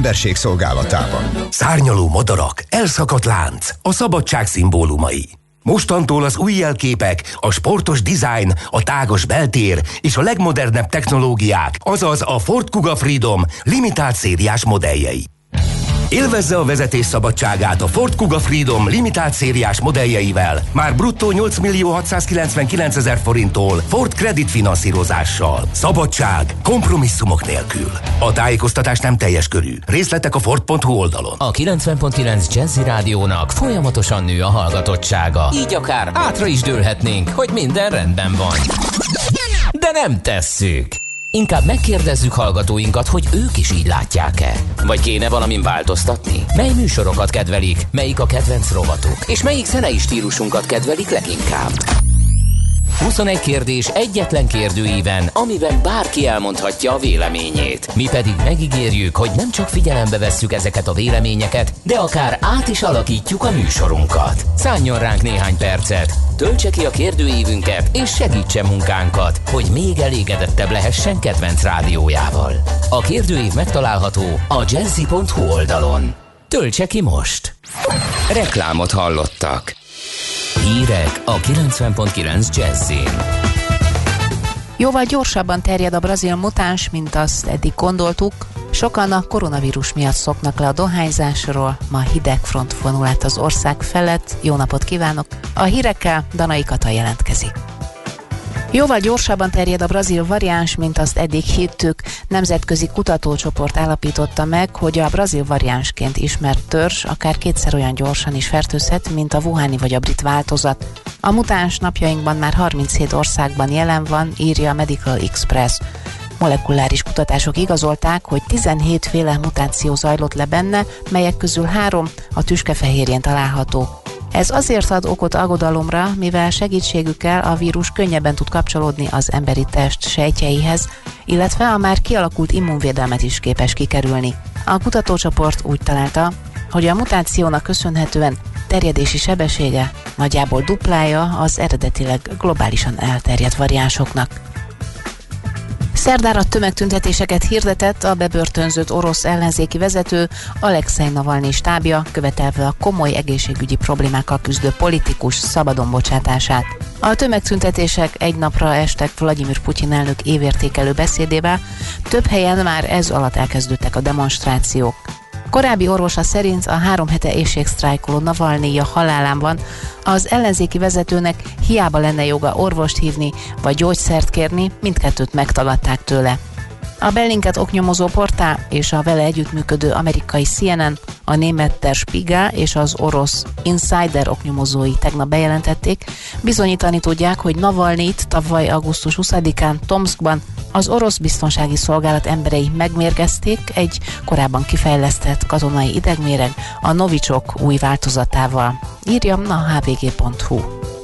emberség szolgálatában. Szárnyaló madarak, elszakadt lánc, a szabadság szimbólumai. Mostantól az új jelképek, a sportos dizájn, a tágos beltér és a legmodernebb technológiák, azaz a Ford Kuga Freedom limitált szériás modelljei. Élvezze a vezetés szabadságát a Ford Kuga Freedom limitált szériás modelljeivel, már bruttó 8.699.000 forinttól Ford Credit finanszírozással. Szabadság kompromisszumok nélkül. A tájékoztatás nem teljes körű. Részletek a Ford.hu oldalon. A 90.9 Jazzy Rádiónak folyamatosan nő a hallgatottsága. Így akár átra is dőlhetnénk, hogy minden rendben van. De nem tesszük. Inkább megkérdezzük hallgatóinkat, hogy ők is így látják-e. Vagy kéne valamin változtatni? Mely műsorokat kedvelik, melyik a kedvenc rovatuk, és melyik zenei stílusunkat kedvelik leginkább? 21 kérdés egyetlen kérdőíven, amiben bárki elmondhatja a véleményét. Mi pedig megígérjük, hogy nem csak figyelembe vesszük ezeket a véleményeket, de akár át is alakítjuk a műsorunkat. Szálljon ránk néhány percet, töltse ki a kérdőívünket, és segítse munkánkat, hogy még elégedettebb lehessen kedvenc rádiójával. A kérdőív megtalálható a jazzy.hu oldalon. Töltse ki most! Reklámot hallottak. Hírek a 90.9 Jazzin. Jóval gyorsabban terjed a brazil mutáns, mint azt eddig gondoltuk. Sokan a koronavírus miatt szoknak le a dohányzásról, ma hideg front vonul át az ország felett. Jó napot kívánok! A hírekkel Danai Kata jelentkezik. Jóval gyorsabban terjed a brazil variáns, mint azt eddig hittük. Nemzetközi kutatócsoport állapította meg, hogy a brazil variánsként ismert törzs akár kétszer olyan gyorsan is fertőzhet, mint a wuhani vagy a brit változat. A mutáns napjainkban már 37 országban jelen van, írja a Medical Express. Molekuláris kutatások igazolták, hogy 17 féle mutáció zajlott le benne, melyek közül 3 a tüskefehérjén található. Ez azért ad okot aggodalomra, mivel segítségükkel a vírus könnyebben tud kapcsolódni az emberi test sejtjeihez, illetve a már kialakult immunvédelmet is képes kikerülni. A kutatócsoport úgy találta, hogy a mutációnak köszönhetően terjedési sebessége nagyjából duplája az eredetileg globálisan elterjedt variánsoknak. Szerdára tömegtüntetéseket hirdetett a bebörtönzött orosz ellenzéki vezető, Alexej Navalnyi stábja, követelve a komoly egészségügyi problémákkal küzdő politikus szabadon bocsátását. A tömegtüntetések egy napra estek Vladimir Putyin elnök évértékelő beszédével, több helyen már ez alatt elkezdődtek a demonstrációk. Korábbi orvosa szerint a 3 hete éhségsztrájkoló Navalnyi a halálán van, az ellenzéki vezetőnek hiába lenne joga orvost hívni vagy gyógyszert kérni, mindkettőt megtagadták tőle. A Bellingcat oknyomozó portál és a vele együttműködő amerikai CNN, a német Der Spiegel és az orosz Insider oknyomozói tegnap bejelentették, bizonyítani tudják, hogy Navalnyit tavaly augusztus 20-án Tomskban az orosz biztonsági szolgálat emberei megmérgezték egy korábban kifejlesztett katonai idegméreg, a Novichok új változatával, írja a hvg.hu.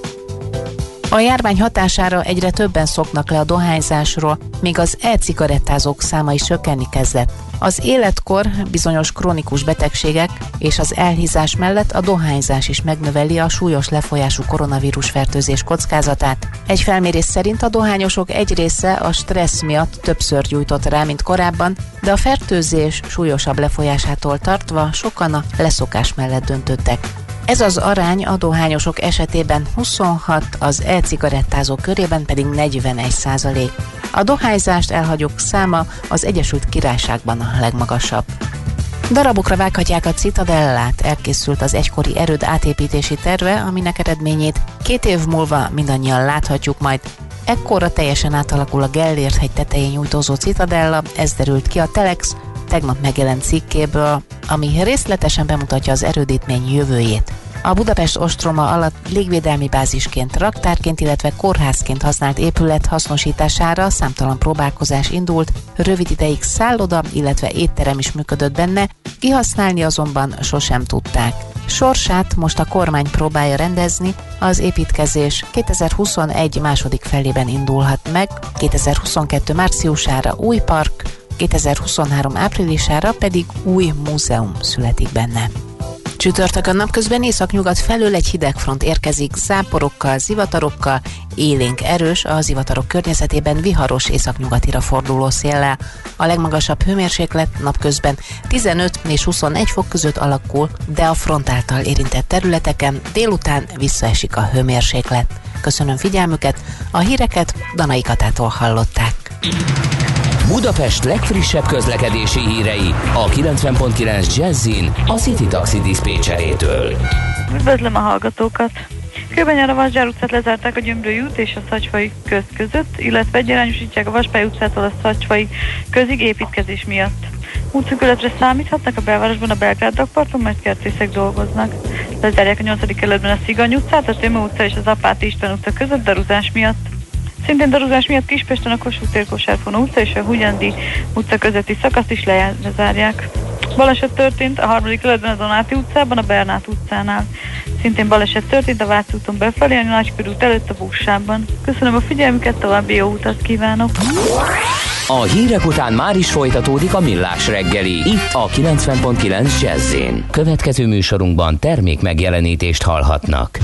A járvány hatására egyre többen szoknak le a dohányzásról, míg az e-cigarettázók száma is csökkenni kezdett. Az életkor, bizonyos krónikus betegségek és az elhízás mellett a dohányzás is megnöveli a súlyos lefolyású koronavírus fertőzés kockázatát. Egy felmérés szerint a dohányosok egy része a stressz miatt többször gyújtott rá, mint korábban, de a fertőzés súlyosabb lefolyásától tartva sokan a leszokás mellett döntöttek. Ez az arány a dohányosok esetében 26, az e-cigarettázók körében pedig 41%. A dohányzást elhagyók száma az Egyesült Királyságban a legmagasabb. Darabokra vághatják a Citadellát, elkészült az egykori erőd átépítési terve, aminek eredményét 2 év múlva mindannyian láthatjuk majd. Ekkorra teljesen átalakul a Gellért-hegy tetején nyújtózó Citadella, ez derült ki a Telex tegnap megjelent cikkéből, ami részletesen bemutatja az erődítmény jövőjét. A Budapest ostroma alatt légvédelmi bázisként, raktárként, illetve kórházként használt épület hasznosítására számtalan próbálkozás indult, rövid ideig szálloda, illetve étterem is működött benne, kihasználni azonban sosem tudták. Sorsát most a kormány próbálja rendezni, az építkezés 2021 második felében indulhat meg, 2022 márciusára új park, 2023 áprilisára pedig új múzeum születik benne. Csütörtökön napközben északnyugat felől egy hidegfront érkezik záporokkal, zivatarokkal, élénk erős, a zivatarok környezetében viharos északnyugatira forduló széllel. A legmagasabb hőmérséklet napközben 15 és 21 fok között alakul, de a front által érintett területeken délután visszaesik a hőmérséklet. Köszönöm figyelmüket, a híreket Danai Katától hallották. Budapest legfrissebb közlekedési hírei a 90.9 Jazzin a City Taxi diszpécserétől. Üdvözlöm a hallgatókat! Kőbányán a Vasgyár utcát lezárták a Gyömrői út és a Szacsfai köz között, illetve egyirányosítják a Vaspály utcától a Szacsfai közig építkezés miatt. Útszűkületre számíthatnak a belvárosban a Belgrád rakparton, majd kertészek dolgoznak. Lezárják a 8. kerületben a Szigany utcát, a Tőma utca és az Apáti István utca között daruzás miatt. Szintén daruzás miatt Kispesten a Kossuth tér Kosárfonó utca és a Hunyadi utca közötti szakaszt is lezárják. Baleset történt a 3. kerületben a Donáti utcában, a Bernát utcánál. Szintén baleset történt a Váci úton befelé, a Nagykörút előtt a Buszsában. Köszönöm a figyelmüket, további jó utat kívánok! A hírek után már is folytatódik a Millás reggeli, itt a 90.9 Jazz-én. Következő műsorunkban termék megjelenítést hallhatnak.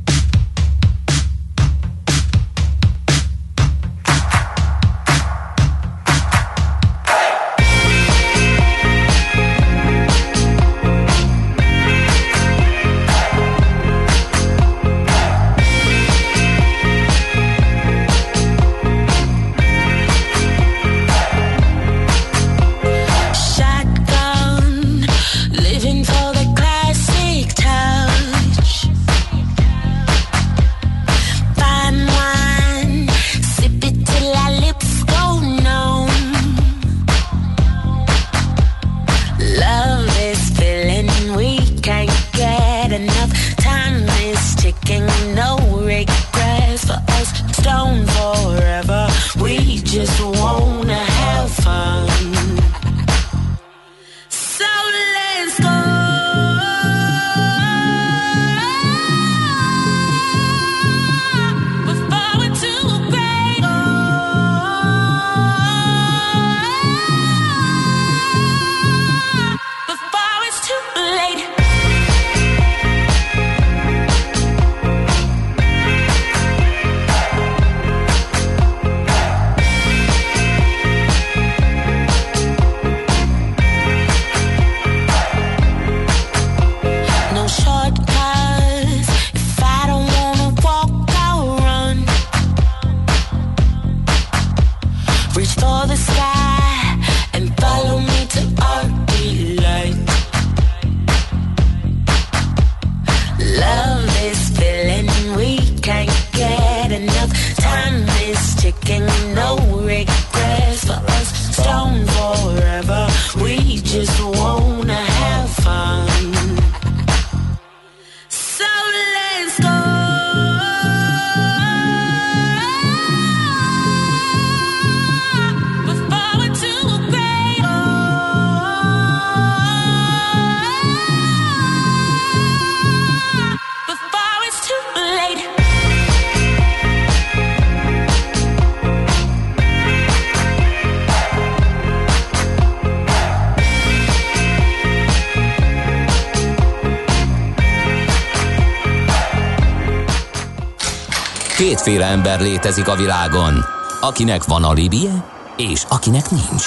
Kétféle ember létezik a világon, akinek van alibije, és akinek nincs.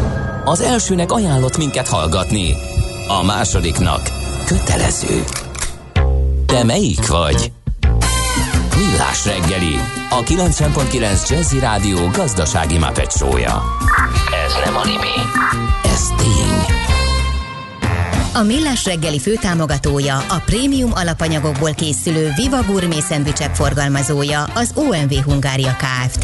Az elsőnek ajánlott minket hallgatni, a másodiknak kötelező. Te melyik vagy? Millás reggeli, a 90.9 Jazzy Rádió gazdasági Muppet show-ja. Ez nem anime, ez tény. A Millás reggeli főtámogatója, a prémium alapanyagokból készülő Viva Gourmet szendvicsek forgalmazója, az OMV Hungária Kft.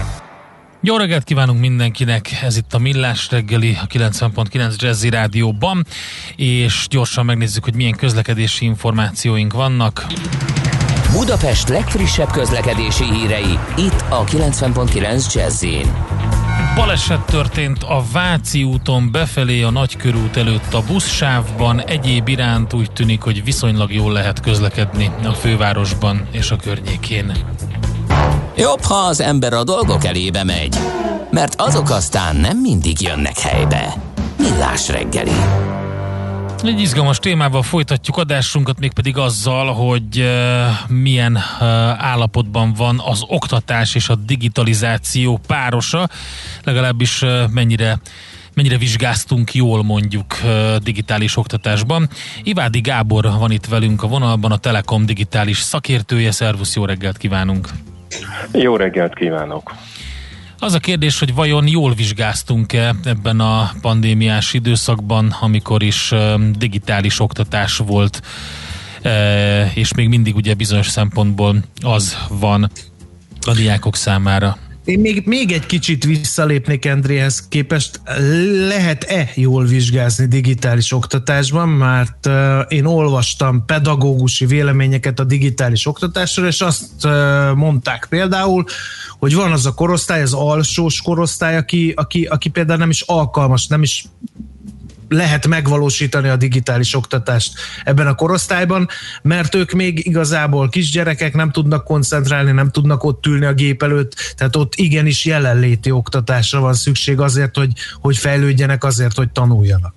Jó reggelt kívánunk mindenkinek, ez itt a Millás reggeli, a 90.9 Jazzy Rádióban, és gyorsan megnézzük, hogy milyen közlekedési információink vannak. Budapest legfrissebb közlekedési hírei, itt a 90.9 Jazz-én. Baleset történt a Váci úton befelé a Nagykörút előtt a buszsávban, egyéb iránt úgy tűnik, hogy viszonylag jól lehet közlekedni a fővárosban és a környékén. Jobb, ha az ember a dolgok elébe megy, mert azok aztán nem mindig jönnek helybe. Millás reggeli. Egy izgalmas témával folytatjuk adásunkat, mégpedig azzal, hogy milyen állapotban van az oktatás és a digitalizáció párosa, legalábbis mennyire vizsgáztunk jól mondjuk digitális oktatásban. Ivádi Gábor van itt velünk a vonalban, a Telekom digitális szakértője. Szervusz, jó reggelt kívánunk! Jó reggelt kívánok! Az a kérdés, hogy vajon jól vizsgáztunk-e ebben a pandémiás időszakban, amikor is digitális oktatás volt, és még mindig ugye bizonyos szempontból az van a diákok számára. Én még egy kicsit visszalépnék Endréhez képest. Lehet-e jól vizsgázni digitális oktatásban? Mert én olvastam pedagógusi véleményeket a digitális oktatásról, és azt mondták például, hogy van az a korosztály, az alsós korosztály, aki például nem is alkalmas, nem is lehet megvalósítani a digitális oktatást ebben a korosztályban, mert ők még igazából kisgyerekek, nem tudnak koncentrálni, nem tudnak ott ülni a gép előtt, tehát ott igenis jelenléti oktatásra van szükség azért, hogy fejlődjenek, azért, hogy tanuljanak.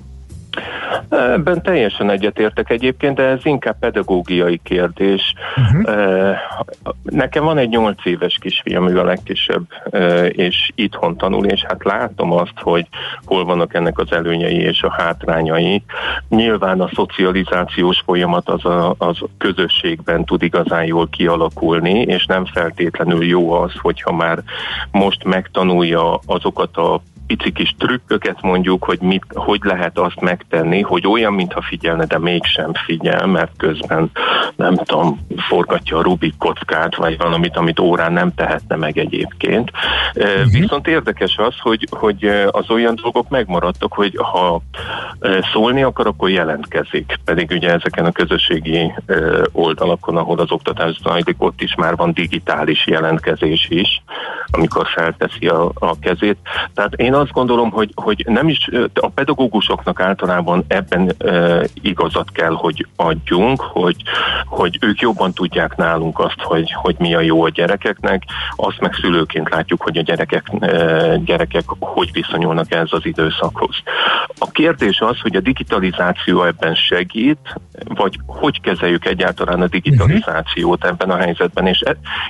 Ebben teljesen egyetértek egyébként, de ez inkább pedagógiai kérdés. Nekem van egy 8 éves kisfiam, ő a legkisebb, és itthon tanul, és hát látom azt, hogy hol vannak ennek az előnyei és a hátrányai. Nyilván a szocializációs folyamat az közösségben tud igazán jól kialakulni, és nem feltétlenül jó az, hogyha már most megtanulja azokat a pici kis trükköket mondjuk, hogy lehet azt megtenni, hogy olyan, mintha figyelne, de mégsem figyel, mert közben nem tudom, forgatja a Rubik kockát, vagy valamit, amit órán nem tehetne meg egyébként. Viszont érdekes az, hogy az olyan dolgok megmaradtak, hogy ha szólni akar, akkor jelentkezik. Pedig ugye ezeken a közösségi oldalakon, ahol az oktatás zajlik, ott is már van digitális jelentkezés is, amikor felteszi a kezét. Tehát én azt gondolom, hogy nem is a pedagógusoknak általában ebben igazat kell, hogy adjunk, hogy ők jobban tudják nálunk azt, hogy mi a jó a gyerekeknek, azt meg szülőként látjuk, hogy a gyerekek hogy viszonyulnak ehhez az időszakhoz. A kérdés az, hogy a digitalizáció ebben segít, vagy hogy kezeljük egyáltalán a digitalizációt ebben a helyzetben, és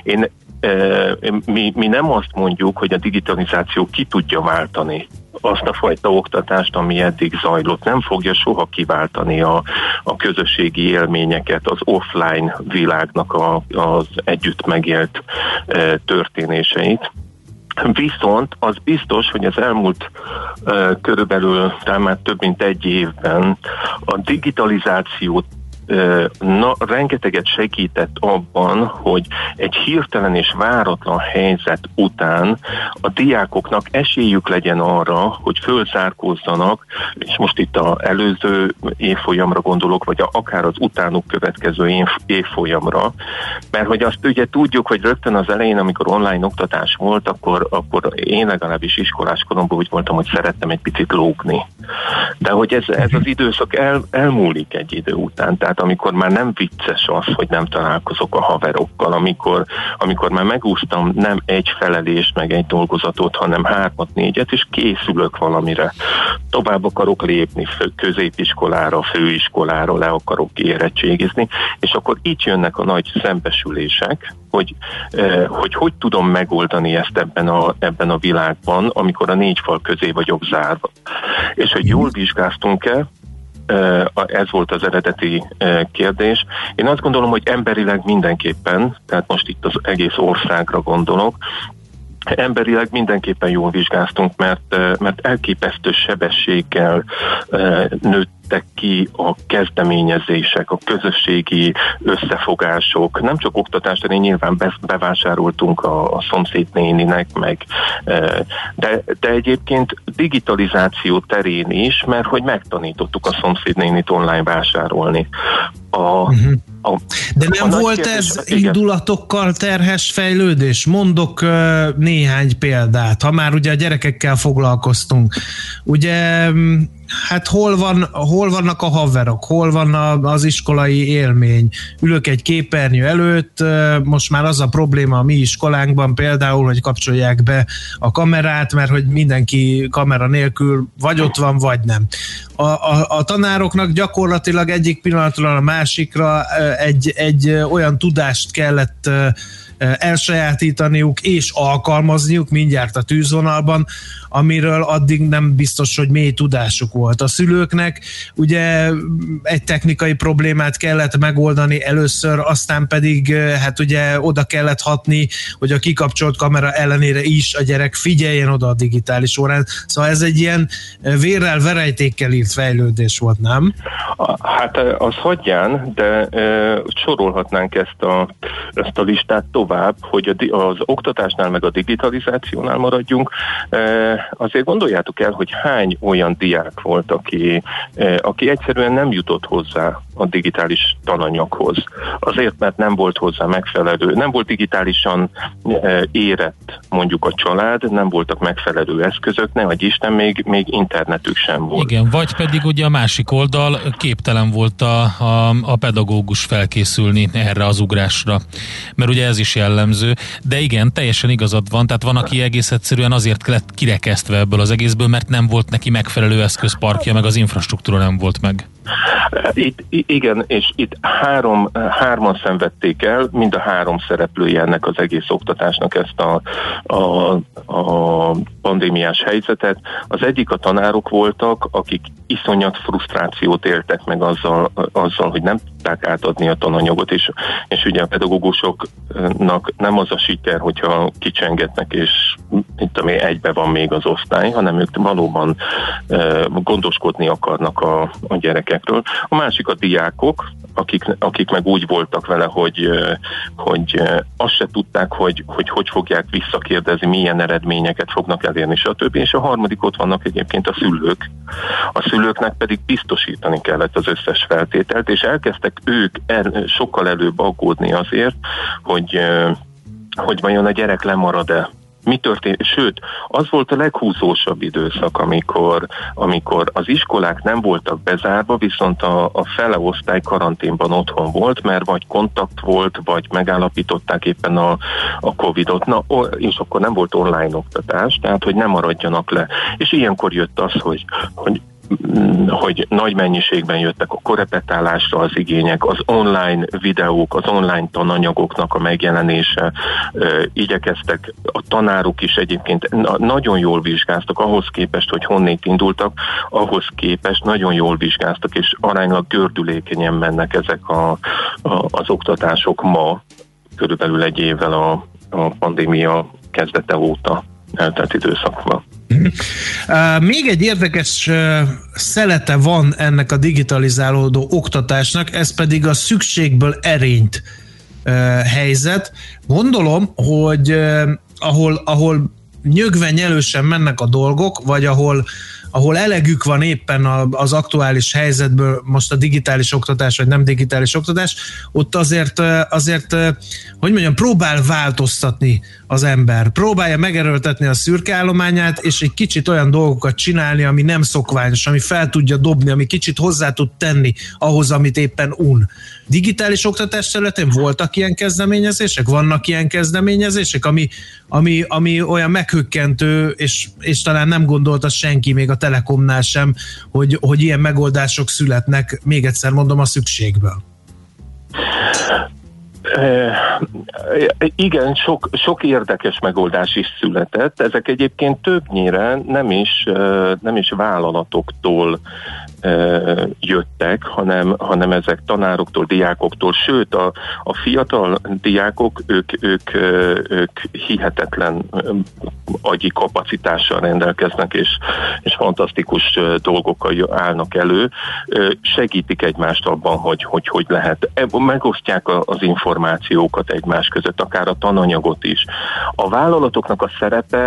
mi nem azt mondjuk, hogy a digitalizáció ki tudja váltani azt a fajta oktatást, ami eddig zajlott. Nem fogja soha kiváltani a közösségi élményeket, az offline világnak az együtt megélt történéseit. Viszont az biztos, hogy az elmúlt körülbelül talán több mint egy évben a digitalizációt rengeteget segített abban, hogy egy hirtelen és váratlan helyzet után a diákoknak esélyük legyen arra, hogy fölzárkózzanak, és most itt az előző évfolyamra gondolok, vagy akár az utánuk következő évfolyamra, mert hogy azt ugye tudjuk, hogy rögtön az elején, amikor online oktatás volt, akkor én legalábbis iskolás koromban úgy voltam, hogy szerettem egy picit lógni. De hogy ez az időszak elmúlik egy idő után, tehát amikor már nem vicces az, hogy nem találkozok a haverokkal, amikor már megúsztam nem egy felelést, meg egy dolgozatot, hanem 3-4-et, és készülök valamire. Tovább akarok lépni középiskolára, főiskolára, le akarok érettségizni, és akkor itt jönnek a nagy szembesülések, hogy tudom megoldani ezt ebben a világban, amikor a 4 fal közé vagyok zárva. És hogy jól vizsgáztunk-e, ez volt az eredeti kérdés. Én azt gondolom, hogy emberileg mindenképpen, tehát most itt az egész országra gondolok, emberileg mindenképpen jól vizsgáztunk, mert elképesztő sebességgel nőttek ki a kezdeményezések, a közösségi összefogások. Nem csak oktatást, de nyilván bevásároltunk a szomszédnéninek, de egyébként digitalizáció terén is, mert hogy megtanítottuk a szomszédnénit online vásárolni. De nem volt ez indulatokkal terhes fejlődés? Mondok néhány példát, ha már ugye a gyerekekkel foglalkoztunk. Ugye Hát hol vannak a haverok, hol van az iskolai élmény. Ülök egy képernyő előtt, most már az a probléma a mi iskolánkban például, hogy kapcsolják be a kamerát, mert hogy mindenki kamera nélkül vagy ott van, vagy nem. A tanároknak gyakorlatilag egyik pillanatról a másikra egy olyan tudást kellett elsajátítaniuk és alkalmazniuk mindjárt a tűzvonalban, amiről addig nem biztos, hogy mély tudásuk volt. A szülőknek ugye egy technikai problémát kellett megoldani először, aztán pedig hát ugye oda kellett hatni, hogy a kikapcsolt kamera ellenére is a gyerek figyeljen oda a digitális órán. Szóval ez egy ilyen vérrel, verejtékkel írt fejlődés volt, nem? Hát az hagyján, de sorolhatnánk ezt a listát tovább, hogy az oktatásnál meg a digitalizációnál maradjunk. Azért gondoljátok el, hogy hány olyan diák volt, aki egyszerűen nem jutott hozzá a digitális tananyaghoz. Azért, mert nem volt hozzá megfelelő, nem volt digitálisan érett mondjuk a család, nem voltak megfelelő eszközök, nehogy Isten, még internetük sem volt. Igen, vagy pedig ugye a másik oldal képtelen volt a pedagógus felkészülni erre az ugrásra, mert ugye ez is jellemző, de igen, teljesen igazad van, tehát van, aki egész egyszerűen azért lett kirekesztve ebből az egészből, mert nem volt neki megfelelő eszközparkja, meg az infrastruktúra nem volt meg. Igen, és itt hárman szenvedték el, mind a három szereplője ennek az egész oktatásnak ezt a pandémiás helyzetet. Az egyik a tanárok voltak, akik iszonyat frusztrációt éltek meg azzal, hogy nem tudták átadni a tananyagot, és ugye a pedagógusoknak nem az a siker, hogyha kicsengetnek, és egybe van még az osztály, hanem ők valóban gondoskodni akarnak a gyerekekről. A másik a diákok, akik meg úgy voltak vele, hogy azt se tudták, hogy fogják visszakérdezni, milyen eredményeket fognak elérni, stb. És a harmadik ott vannak egyébként a szülők. A szülőknek pedig biztosítani kellett az összes feltételt, és elkezdtek ők sokkal előbb aggódni azért, hogy vajon a gyerek lemarad-e. Mi történt? Sőt, az volt a leghúzósabb időszak, amikor az iskolák nem voltak bezárva, viszont a fele osztály karanténban otthon volt, mert vagy kontakt volt, vagy megállapították éppen a Covid-ot, és akkor nem volt online oktatás, tehát hogy nem maradjanak le. És ilyenkor jött az, hogy nagy mennyiségben jöttek a korrepetálásra az igények, az online videók, az online tananyagoknak a megjelenése, igyekeztek, a tanárok is egyébként nagyon jól vizsgáztak, ahhoz képest, hogy honnét indultak, ahhoz képest nagyon jól vizsgáztak, és aránylag gördülékenyen mennek ezek az oktatások ma, körülbelül egy évvel a pandémia kezdete óta eltelt időszakban. Még egy érdekes szelete van ennek a digitalizálódó oktatásnak, ez pedig a szükségből erényt helyzet. Gondolom, hogy ahol nyögve nyelősen mennek a dolgok, vagy ahol elegük van éppen az aktuális helyzetből, most a digitális oktatás, vagy nem digitális oktatás, ott azért hogy mondjam, próbál változtatni az ember. Próbálja megerőltetni a szürkeállományát, és egy kicsit olyan dolgokat csinálni, ami nem szokványos, ami fel tudja dobni, ami kicsit hozzá tud tenni ahhoz, amit éppen un. Digitális oktatás területén voltak ilyen kezdeményezések? Vannak ilyen kezdeményezések, ami olyan meghökkentő, és talán nem gondolta senki, még a Telekomnál sem, hogy ilyen megoldások születnek, még egyszer mondom, a szükségből. Igen, sok érdekes megoldás is született. Ezek egyébként többnyire nem is vállalatoktól jöttek, hanem ezek tanároktól, diákoktól, sőt a fiatal diákok, ők hihetetlen agyi kapacitással rendelkeznek, és fantasztikus dolgokkal állnak elő, segítik egymást abban, hogy lehet. Megosztják az információkat egymás között, akár a tananyagot is. A vállalatoknak a szerepe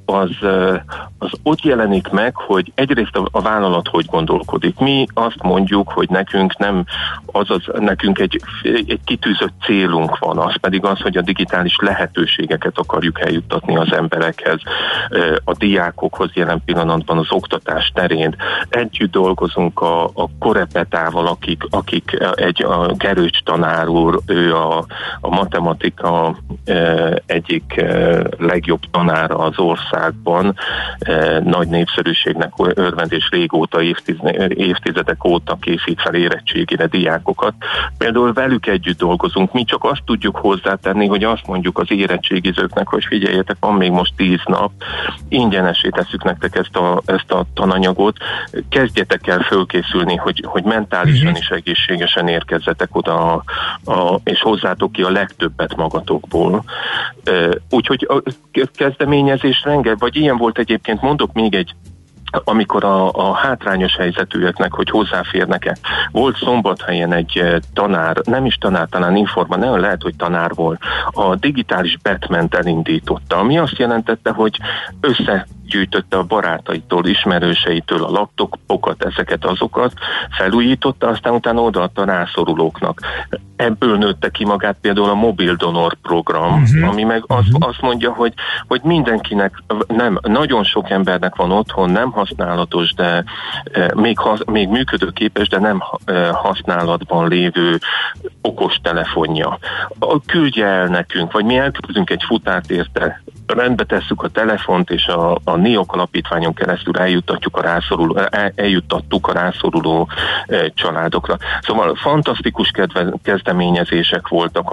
az ott jelenik meg, hogy egyrészt a vállalat hogy gondolkodik. Mi azt mondjuk, hogy nekünk egy kitűzött célunk van, az pedig az, hogy a digitális lehetőségeket akarjuk eljuttatni az emberekhez, a diákokhoz jelen pillanatban az oktatás terén. Együtt dolgozunk a Korepetával, akik a Gerőcs tanár úr, ő a matematika egyik legjobb tanára az országban, nagy népszerűségnek örvend, és régóta, évtizedek óta készít fel érettségére diákokat. Például velük együtt dolgozunk, mi csak azt tudjuk hozzátenni, hogy azt mondjuk az érettségizőknek, hogy figyeljetek, van még most 10 nap, ingyenesé tesszük nektek ezt a tananyagot, kezdjetek el fölkészülni, hogy mentálisan is egészségesen érkezzetek oda, és hozzátok ki a legtöbbet magatokból. Úgyhogy a kezdeményezés vagy ilyen volt egyébként, mondok még egy, amikor a hátrányos helyzetűeknek, hogy hozzáférnek-e. Volt Szombathelyen egy tanár, nem is tanár, talán nem lehet, hogy tanár volt, a digitális Batman-t elindította, ami azt jelentette, hogy összegyűjtötte a barátaitól, ismerőseitől a laptopokat, azokat felújította, aztán utána odaadta rászorulóknak. Ebből nőtte ki magát például a mobil donor program, ami meg azt mondja, hogy mindenkinek, nagyon sok embernek van otthon, nem használatos, de még működőképes, de nem használatban lévő okostelefonja. Küldje el nekünk, vagy mi elküldünk egy futárt érte, rendbe tesszük a telefont, és a NIOK alapítványon keresztül eljuttattuk a rászoruló családokra. Szóval fantasztikus kezdeményezések voltak,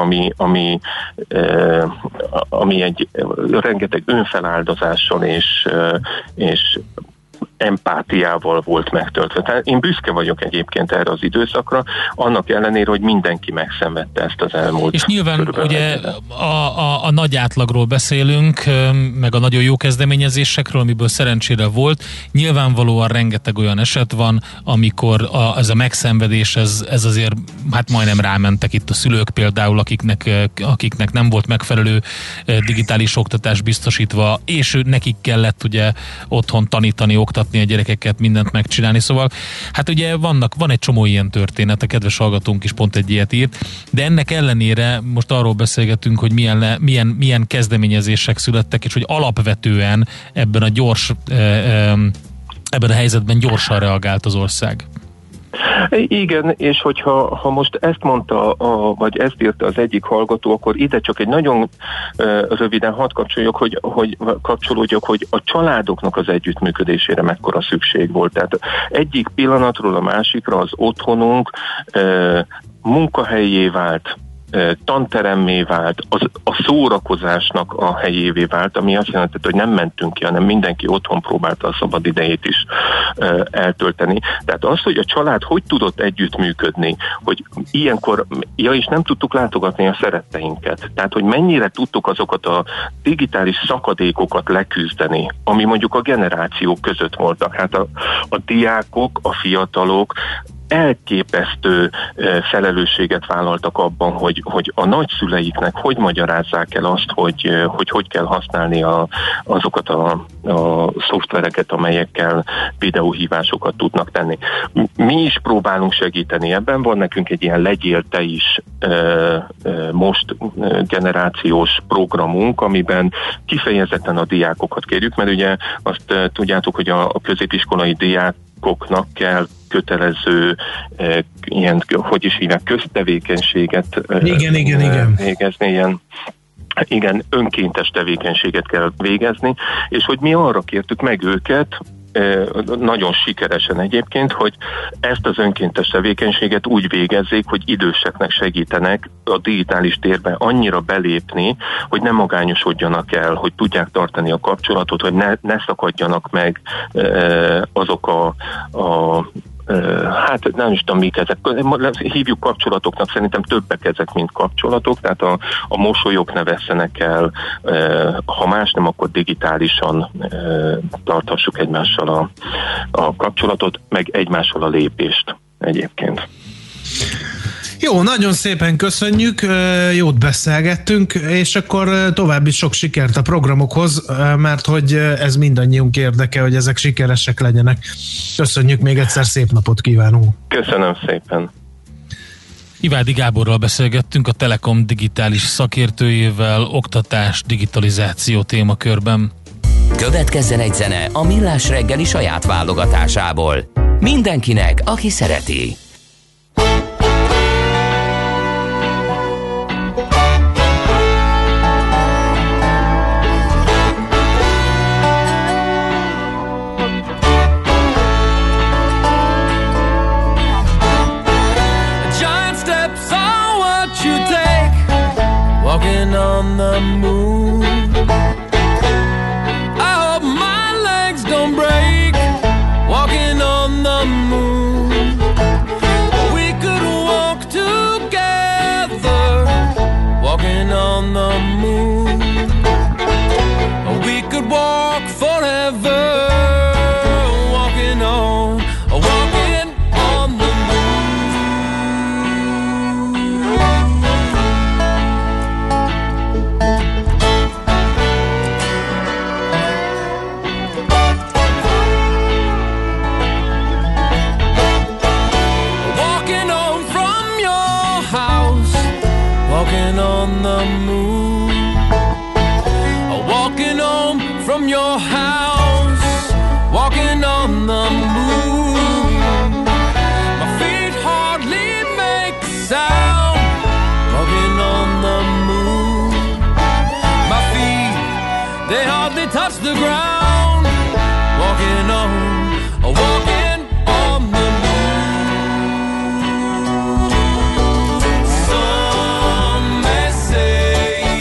ami egy rengeteg önfeláldozással és empátiával volt megtöltve. Tehát én büszke vagyok egyébként erre az időszakra, annak ellenére, hogy mindenki megszenvedte ezt az elmúlt. És nyilván ugye a nagy átlagról beszélünk, meg a nagyon jó kezdeményezésekről, amiből szerencsére volt. Nyilvánvalóan rengeteg olyan eset van, amikor ez a megszenvedés, ez azért hát majdnem rámentek itt a szülők például, akiknek nem volt megfelelő digitális oktatás biztosítva, és nekik kellett ugye otthon tanítani, oktatni a gyerekeket, mindent megcsinálni, szóval hát ugye van egy csomó ilyen történet, a kedves hallgatónk is pont egy ilyet írt, de ennek ellenére most arról beszélgetünk, hogy milyen kezdeményezések születtek, és hogy alapvetően ebben a helyzetben gyorsan reagált az ország. Igen, és hogyha most ezt mondta, vagy ezt írta az egyik hallgató, akkor ide csak egy nagyon röviden hadd kapcsolódjak, hogy a családoknak az együttműködésére mekkora szükség volt. Tehát egyik pillanatról a másikra az otthonunk munkahelyé vált, tanteremmé vált, a szórakozásnak a helyévé vált, ami azt jelenti, hogy nem mentünk ki, hanem mindenki otthon próbálta a szabad idejét is eltölteni. Tehát az, hogy a család hogy tudott együttműködni, hogy ilyenkor, és nem tudtuk látogatni a szeretteinket. Tehát, hogy mennyire tudtuk azokat a digitális szakadékokat leküzdeni, ami mondjuk a generációk között voltak. Hát a diákok, a fiatalok elképesztő felelősséget vállaltak abban, hogy a nagyszüleiknek hogy magyarázzák el azt, hogy kell használni azokat a szoftvereket, amelyekkel videóhívásokat tudnak tenni. Mi is próbálunk segíteni ebben, van nekünk egy ilyen Legyél te is most generációs programunk, amiben kifejezetten a diákokat kérjük, mert ugye azt tudjátok, hogy a középiskolai diákoknak kell kötelező ilyen, hogy is hívják, köztevékenységet végezni, igen, önkéntes tevékenységet kell végezni, és hogy mi arra kértük meg őket, nagyon sikeresen egyébként, hogy ezt az önkéntes tevékenységet úgy végezzék, hogy időseknek segítenek a digitális térbe annyira belépni, hogy ne magányosodjanak el, hogy tudják tartani a kapcsolatot, hogy ne szakadjanak meg azok hát nem is tudom, mik ezek. Hívjuk kapcsolatoknak, szerintem többek ezek, mint kapcsolatok, tehát a mosolyok ne vesszenek el, ha más nem, akkor digitálisan tarthassuk egymással a kapcsolatot, meg egymással a lépést egyébként. Jó, nagyon szépen köszönjük, jót beszélgettünk, és akkor további sok sikert a programokhoz, mert hogy ez mindannyiunk érdeke, hogy ezek sikeresek legyenek. Köszönjük még egyszer, szép napot kívánunk! Köszönöm szépen! Ivádi Gáborral beszélgettünk, a Telekom digitális szakértőjével, oktatás, digitalizáció témakörben. Következzen egy zene a Millás reggeli saját válogatásából. Mindenkinek, aki szereti. Walking on the moon, I hope my legs don't break. Walking on the moon, we could walk together. Walking on the moon, we could walk forever. Walking on the moon. Walking on the moon, walking home from your house, walking on the moon. My feet hardly make sound, walking on the moon. My feet, they hardly touch the ground, walking on the moon. Some may say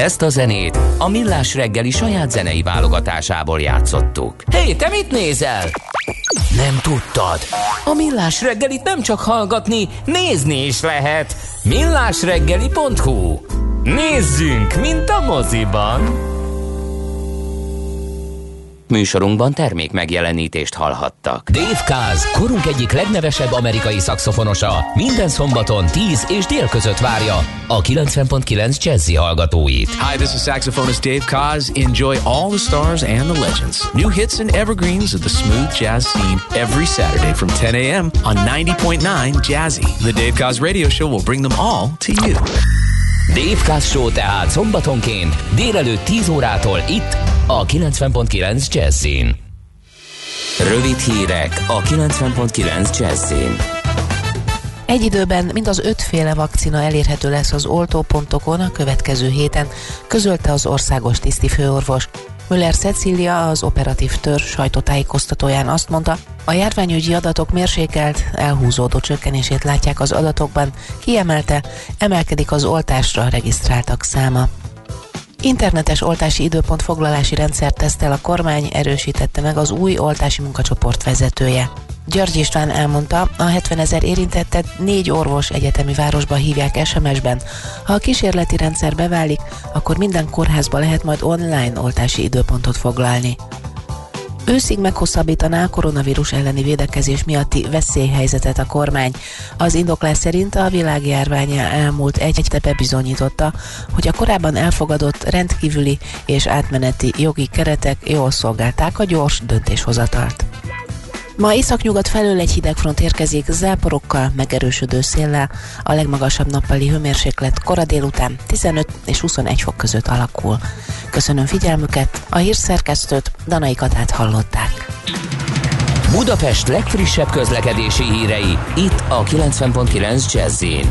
Ezt a zenét a Millás reggeli saját zenei válogatásából játszottuk. Hé, te mit nézel? Nem tudtad? A Millás reggelit nem csak hallgatni, nézni is lehet. millásreggeli.hu. Nézzünk, mint a moziban! Műsorunkban termék megjelenítést hallhattak. Dave Kaz, korunk egyik legnevesebb amerikai szaxofonosa, minden szombaton 10 és dél között várja a 90.9 Jazzy hallgatóit. Hi, this is saxophonist Dave Kaz. Enjoy all the stars and the legends. New hits and evergreens of the smooth jazz scene every Saturday from 10 a.m. on 90.9 Jazzy. The Dave Kaz radio show will bring them all to you. Dave Kaz Show tehát szombatonként délelőtt 10 órától itt a 90.9 Jazzyn. Rövid hírek a 90.9 Jazzyn. Egy időben mind az 5 féle vakcina elérhető lesz az oltópontokon a következő héten, közölte az országos tisztifőorvos. Müller Cecília, az operatív törzs sajtótájékoztatóján azt mondta, a járványügyi adatok mérsékelt, elhúzódó csökkenését látják az adatokban, kiemelte, emelkedik az oltásra regisztráltak száma. Internetes oltási időpont foglalási rendszert tesztel a kormány, erősítette meg az új oltási munkacsoport vezetője. György István elmondta, a 70 000 érintettet 4 orvos egyetemi városba hívják SMS-ben. Ha a kísérleti rendszer beválik, akkor minden kórházba lehet majd online oltási időpontot foglalni. Őszig meghosszabbítaná a koronavírus elleni védekezés miatti veszélyhelyzetet a kormány. Az indoklás szerint a világjárvány elmúlt egy hete bizonyította, hogy a korábban elfogadott rendkívüli és átmeneti jogi keretek jól szolgálták a gyors döntéshozatalt. Ma északnyugat felől egy hidegfront érkezik záporokkal, megerősödő széllel, a legmagasabb nappali hőmérséklet kora délután 15 és 21 fok között alakul. Köszönöm figyelmüket, a hírszerkesztőt, Danai Katát hallották. Budapest legfrissebb közlekedési hírei, itt a 90.9 Jazzyn.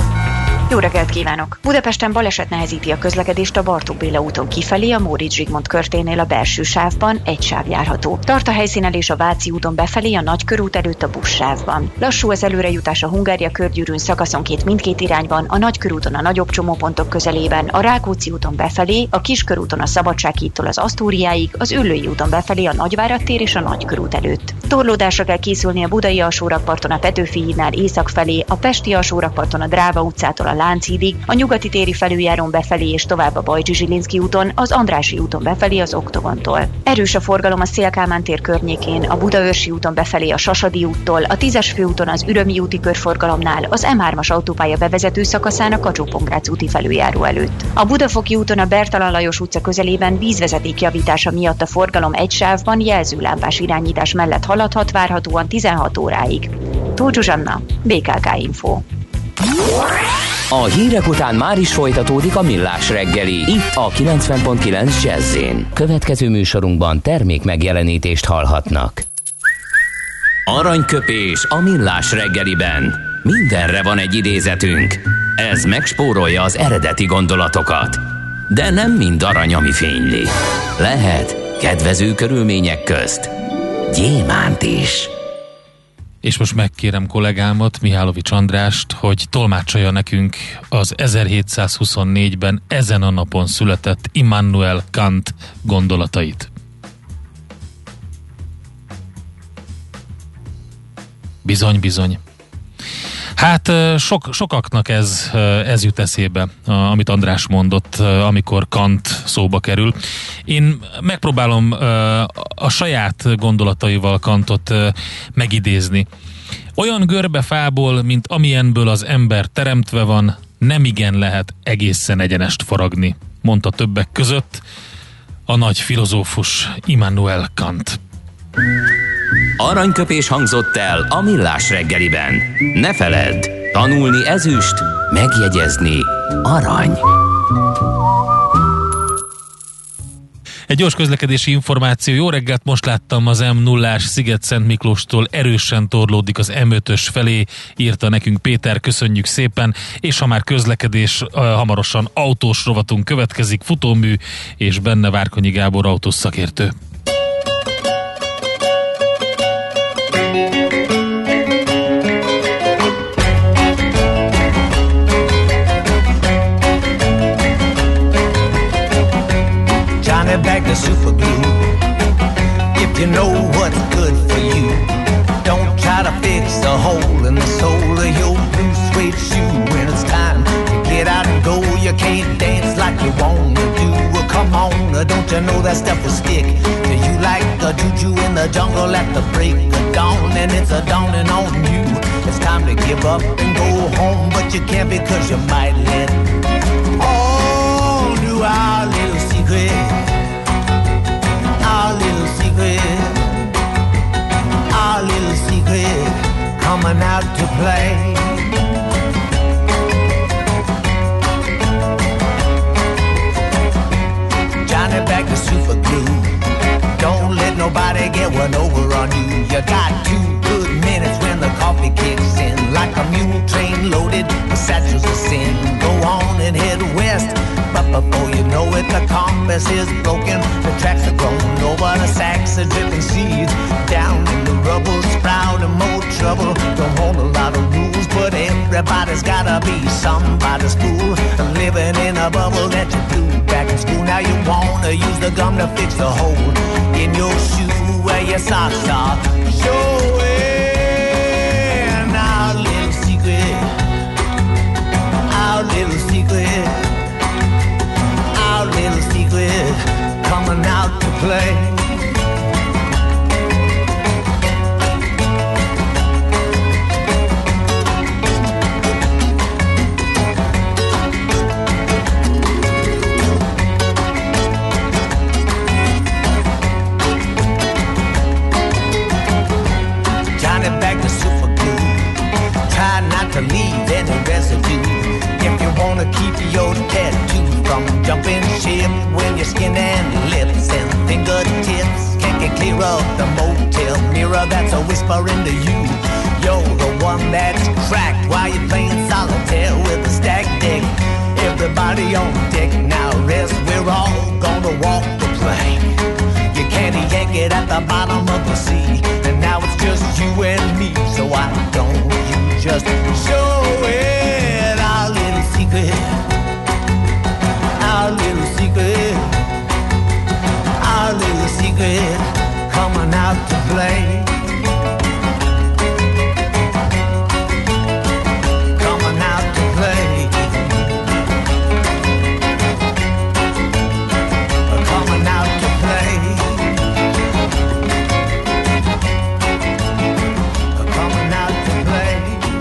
Jó reggelt kívánok! Budapesten baleset nehezíti a közlekedést a Bartók Béla úton kifelé, a Móricz Zsigmond körténél a belső sávban, egy sáv járható. Tart a helyszínelés a Váci úton befelé, a Nagykörút előtt a buszsávban. Lassú az előrejutás a Hungária körgyűrűn szakaszonként mindkét irányban, a Nagykörúton a nagyobb csomópontok közelében, a Rákóczi úton befelé, a Kiskörúton a Szabadsághídtól az Asztóriáig, az Üllői úton befelé a Nagyvárad tér és a Nagykörút előtt. Torlódásra kell készülni a Budai alsórakparton a Petőfi hídnál észak felé, a Pesti alsórakparton a Dráva utcától a Lánchídig, a Nyugati téri felüljárón befelé és tovább a Bajcsy-Zsilinszky úton, az Andrássy úton befelé az Oktogontól. Erős a forgalom a Széll-Kálmán tér környékén, a Budaörsi úton befelé a Sasadi úttól, a 10-es főúton az Ürömi úti körforgalomnál, az M3-as autópálya bevezető szakaszán a Kacsó-Pongrác úti felüljáró előtt. A Budafoki úton a Bertalan Lajos utca közelében vízvezeték javítása miatt a forgalom egy sávban jelzőlámpás irányítás mellett haladhat várhatóan 16 óráig. Tóth Zsuzsanna, BKK Info. A hírek után már is folytatódik a Millás reggeli, itt a 90.9 Jazzyn. Következő műsorunkban termék megjelenítést hallhatnak. Aranyköpés a Millás reggeliben. Mindenre van egy idézetünk. Ez megspórolja az eredeti gondolatokat. De nem mind arany, ami fényli. Lehet kedvező körülmények közt gyémánt is. És most megkérem kollégámat, Mihálovics Andrást, hogy tolmácsolja nekünk az 1724-ben ezen a napon született Immanuel Kant gondolatait. Bizony, bizony. Hát sokaknak ez jut eszébe, amit András mondott, amikor Kant szóba kerül. Én megpróbálom a saját gondolataival Kantot megidézni. Olyan görbe fából, mint amilyenből az ember teremtve van, nemigen lehet egészen egyenest faragni, mondta többek között a nagy filozófus Immanuel Kant. Aranyköpés hangzott el a Millás reggeliben. Ne feledd, tanulni ezüst, megjegyezni arany. Egy gyors közlekedési információ. Jó reggelt, most láttam az M0-ás Sziget-Szent Miklóstól erősen torlódik az M5-ös felé, írta nekünk Péter, köszönjük szépen, és ha már közlekedés, hamarosan autós rovatunk következik, futómű, és benne Várkonyi Gábor autós szakértő. Johnny back to super glue. If you know what's good for you, don't try to fix a hole in the sole of your blue suede shoe. When it's time to get out and go, you can't dance like you want to do. Well, come on, don't you know that stuff will stick to you like a juju in the jungle at the break of dawn. And it's a dawning on you. It's time to give up and go home, but you can't because you might let all do our little secret, our little secret, our little secret coming out to play. Johnny back to super glue. Don't let nobody get one over on you. You got 2 good minutes when the coffee kicks in. Like a mule train loaded with satchels of sin. Go on and head west, but before you know it, the compass is broken. The tracks are grown over the sacks of dripping seeds. Down in the rubble, sprouting more trouble. Don't hold a lot of rules, but everybody's gotta be somebody's fool. Living in a bubble that you do back in school. Now you wanna use the gum to fix the hole in your shoe where your socks are showing. Our little secret, our little secret, our little secret coming out to play. To leave any residue. If you wanna keep your tattoo from jumping ship, when your skin and lips and fingertips can't get clear of the motel mirror that's a whisper into you. You're the one that's cracked while you're playing solitaire with a stacked deck. Everybody on deck now rest. We're all gonna walk the plank. You can't yank it at the bottom of the sea, and now it's just you and me. So why don't you just show it, our little secret, our little secret, our little secret coming out to play. Coming out to play. Coming out to play. Coming out to play.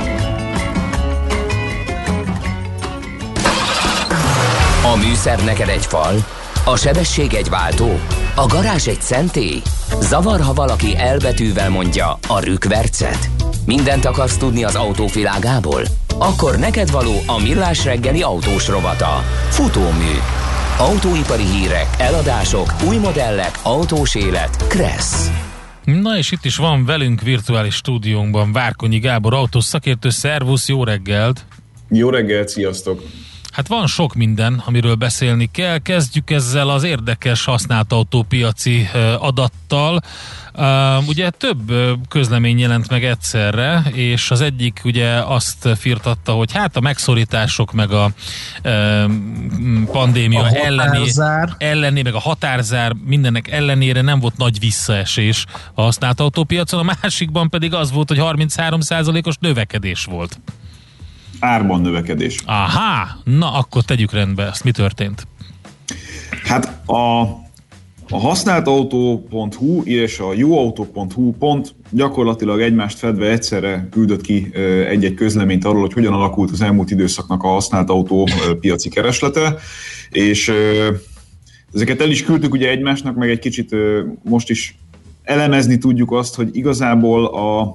A műszer neked egy fal, a sebesség egy váltó, a garázs egy szentély. Zavar, ha valaki elbetűvel mondja a rükvercet. Mindent akarsz tudni az autóvilágából? Akkor neked való a Millás reggeli autós rovata. Futómű. Autóipari hírek, eladások, új modellek, autós élet. Kressz. Na és itt is van velünk virtuális stúdiónkban Várkonyi Gábor autós szakértő. Szervusz, jó reggelt! Jó reggelt, sziasztok! Hát van sok minden, amiről beszélni kell. Kezdjük ezzel az érdekes használt autópiaci adattal. Ugye több közlemény jelent meg egyszerre, és az egyik ugye azt firtatta, hogy hát a megszorítások meg a pandémia elleni, meg a határzár mindennek ellenére nem volt nagy visszaesés a használt autópiacon, a másikban pedig az volt, hogy 33%-os növekedés volt. Árban növekedés. Aha, na akkor tegyük rendbe, ezt mi történt? Hát a használtautó.hu és a jóautó.hu pont gyakorlatilag egymást fedve egyszerre küldött ki egy-egy közleményt arról, hogy hogyan alakult az elmúlt időszaknak a használt autó piaci kereslete, és ezeket el is küldtük ugye egymásnak, meg egy kicsit most is elemezni tudjuk azt, hogy igazából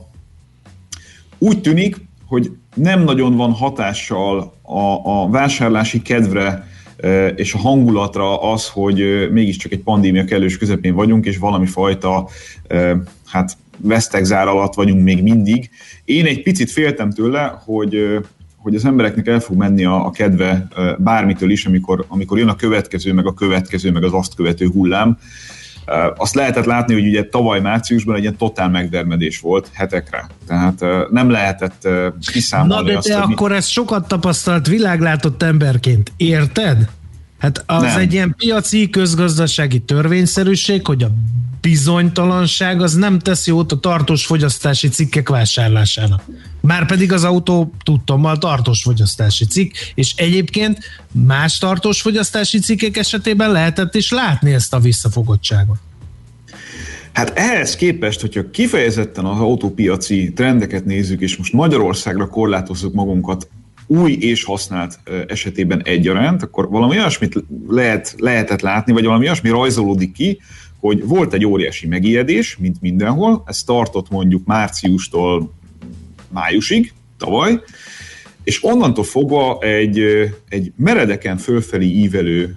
úgy tűnik, hogy nem nagyon van hatással a vásárlási kedvre és a hangulatra az, hogy mégiscsak egy pandémia kellős közepén vagyunk, és valami fajta vesztegzár alatt vagyunk még mindig. Én egy picit féltem tőle, hogy az embereknek el fog menni a kedve bármitől is, amikor jön a következő, meg az azt követő hullám. Azt lehetett látni, hogy ugye tavaly márciusban egy ilyen totál megdermedés volt hetekre. Tehát nem lehetett kiszámolni azt, hogy... Na de te akkor ezt sokat tapasztalt, világlátott emberként érted? Hát az Nem. egy ilyen piaci, közgazdasági törvényszerűség, hogy a bizonytalanság az nem tesz jót a tartós fogyasztási cikkek vásárlásának. Márpedig az autó tudtommal tartós fogyasztási cikk, és egyébként más tartós fogyasztási cikkek esetében lehetett is látni ezt a visszafogottságot. Hát ehhez képest, hogyha kifejezetten az autópiaci trendeket nézzük, és most Magyarországra korlátozzuk magunkat új és használt esetében egyaránt, akkor valami olyasmit lehetett látni, vagy valami olyasmi rajzolódik ki, hogy volt egy óriási megijedés, mint mindenhol, ez tartott mondjuk márciustól májusig, tavaly, és onnantól fogva egy meredeken fölfelé ívelő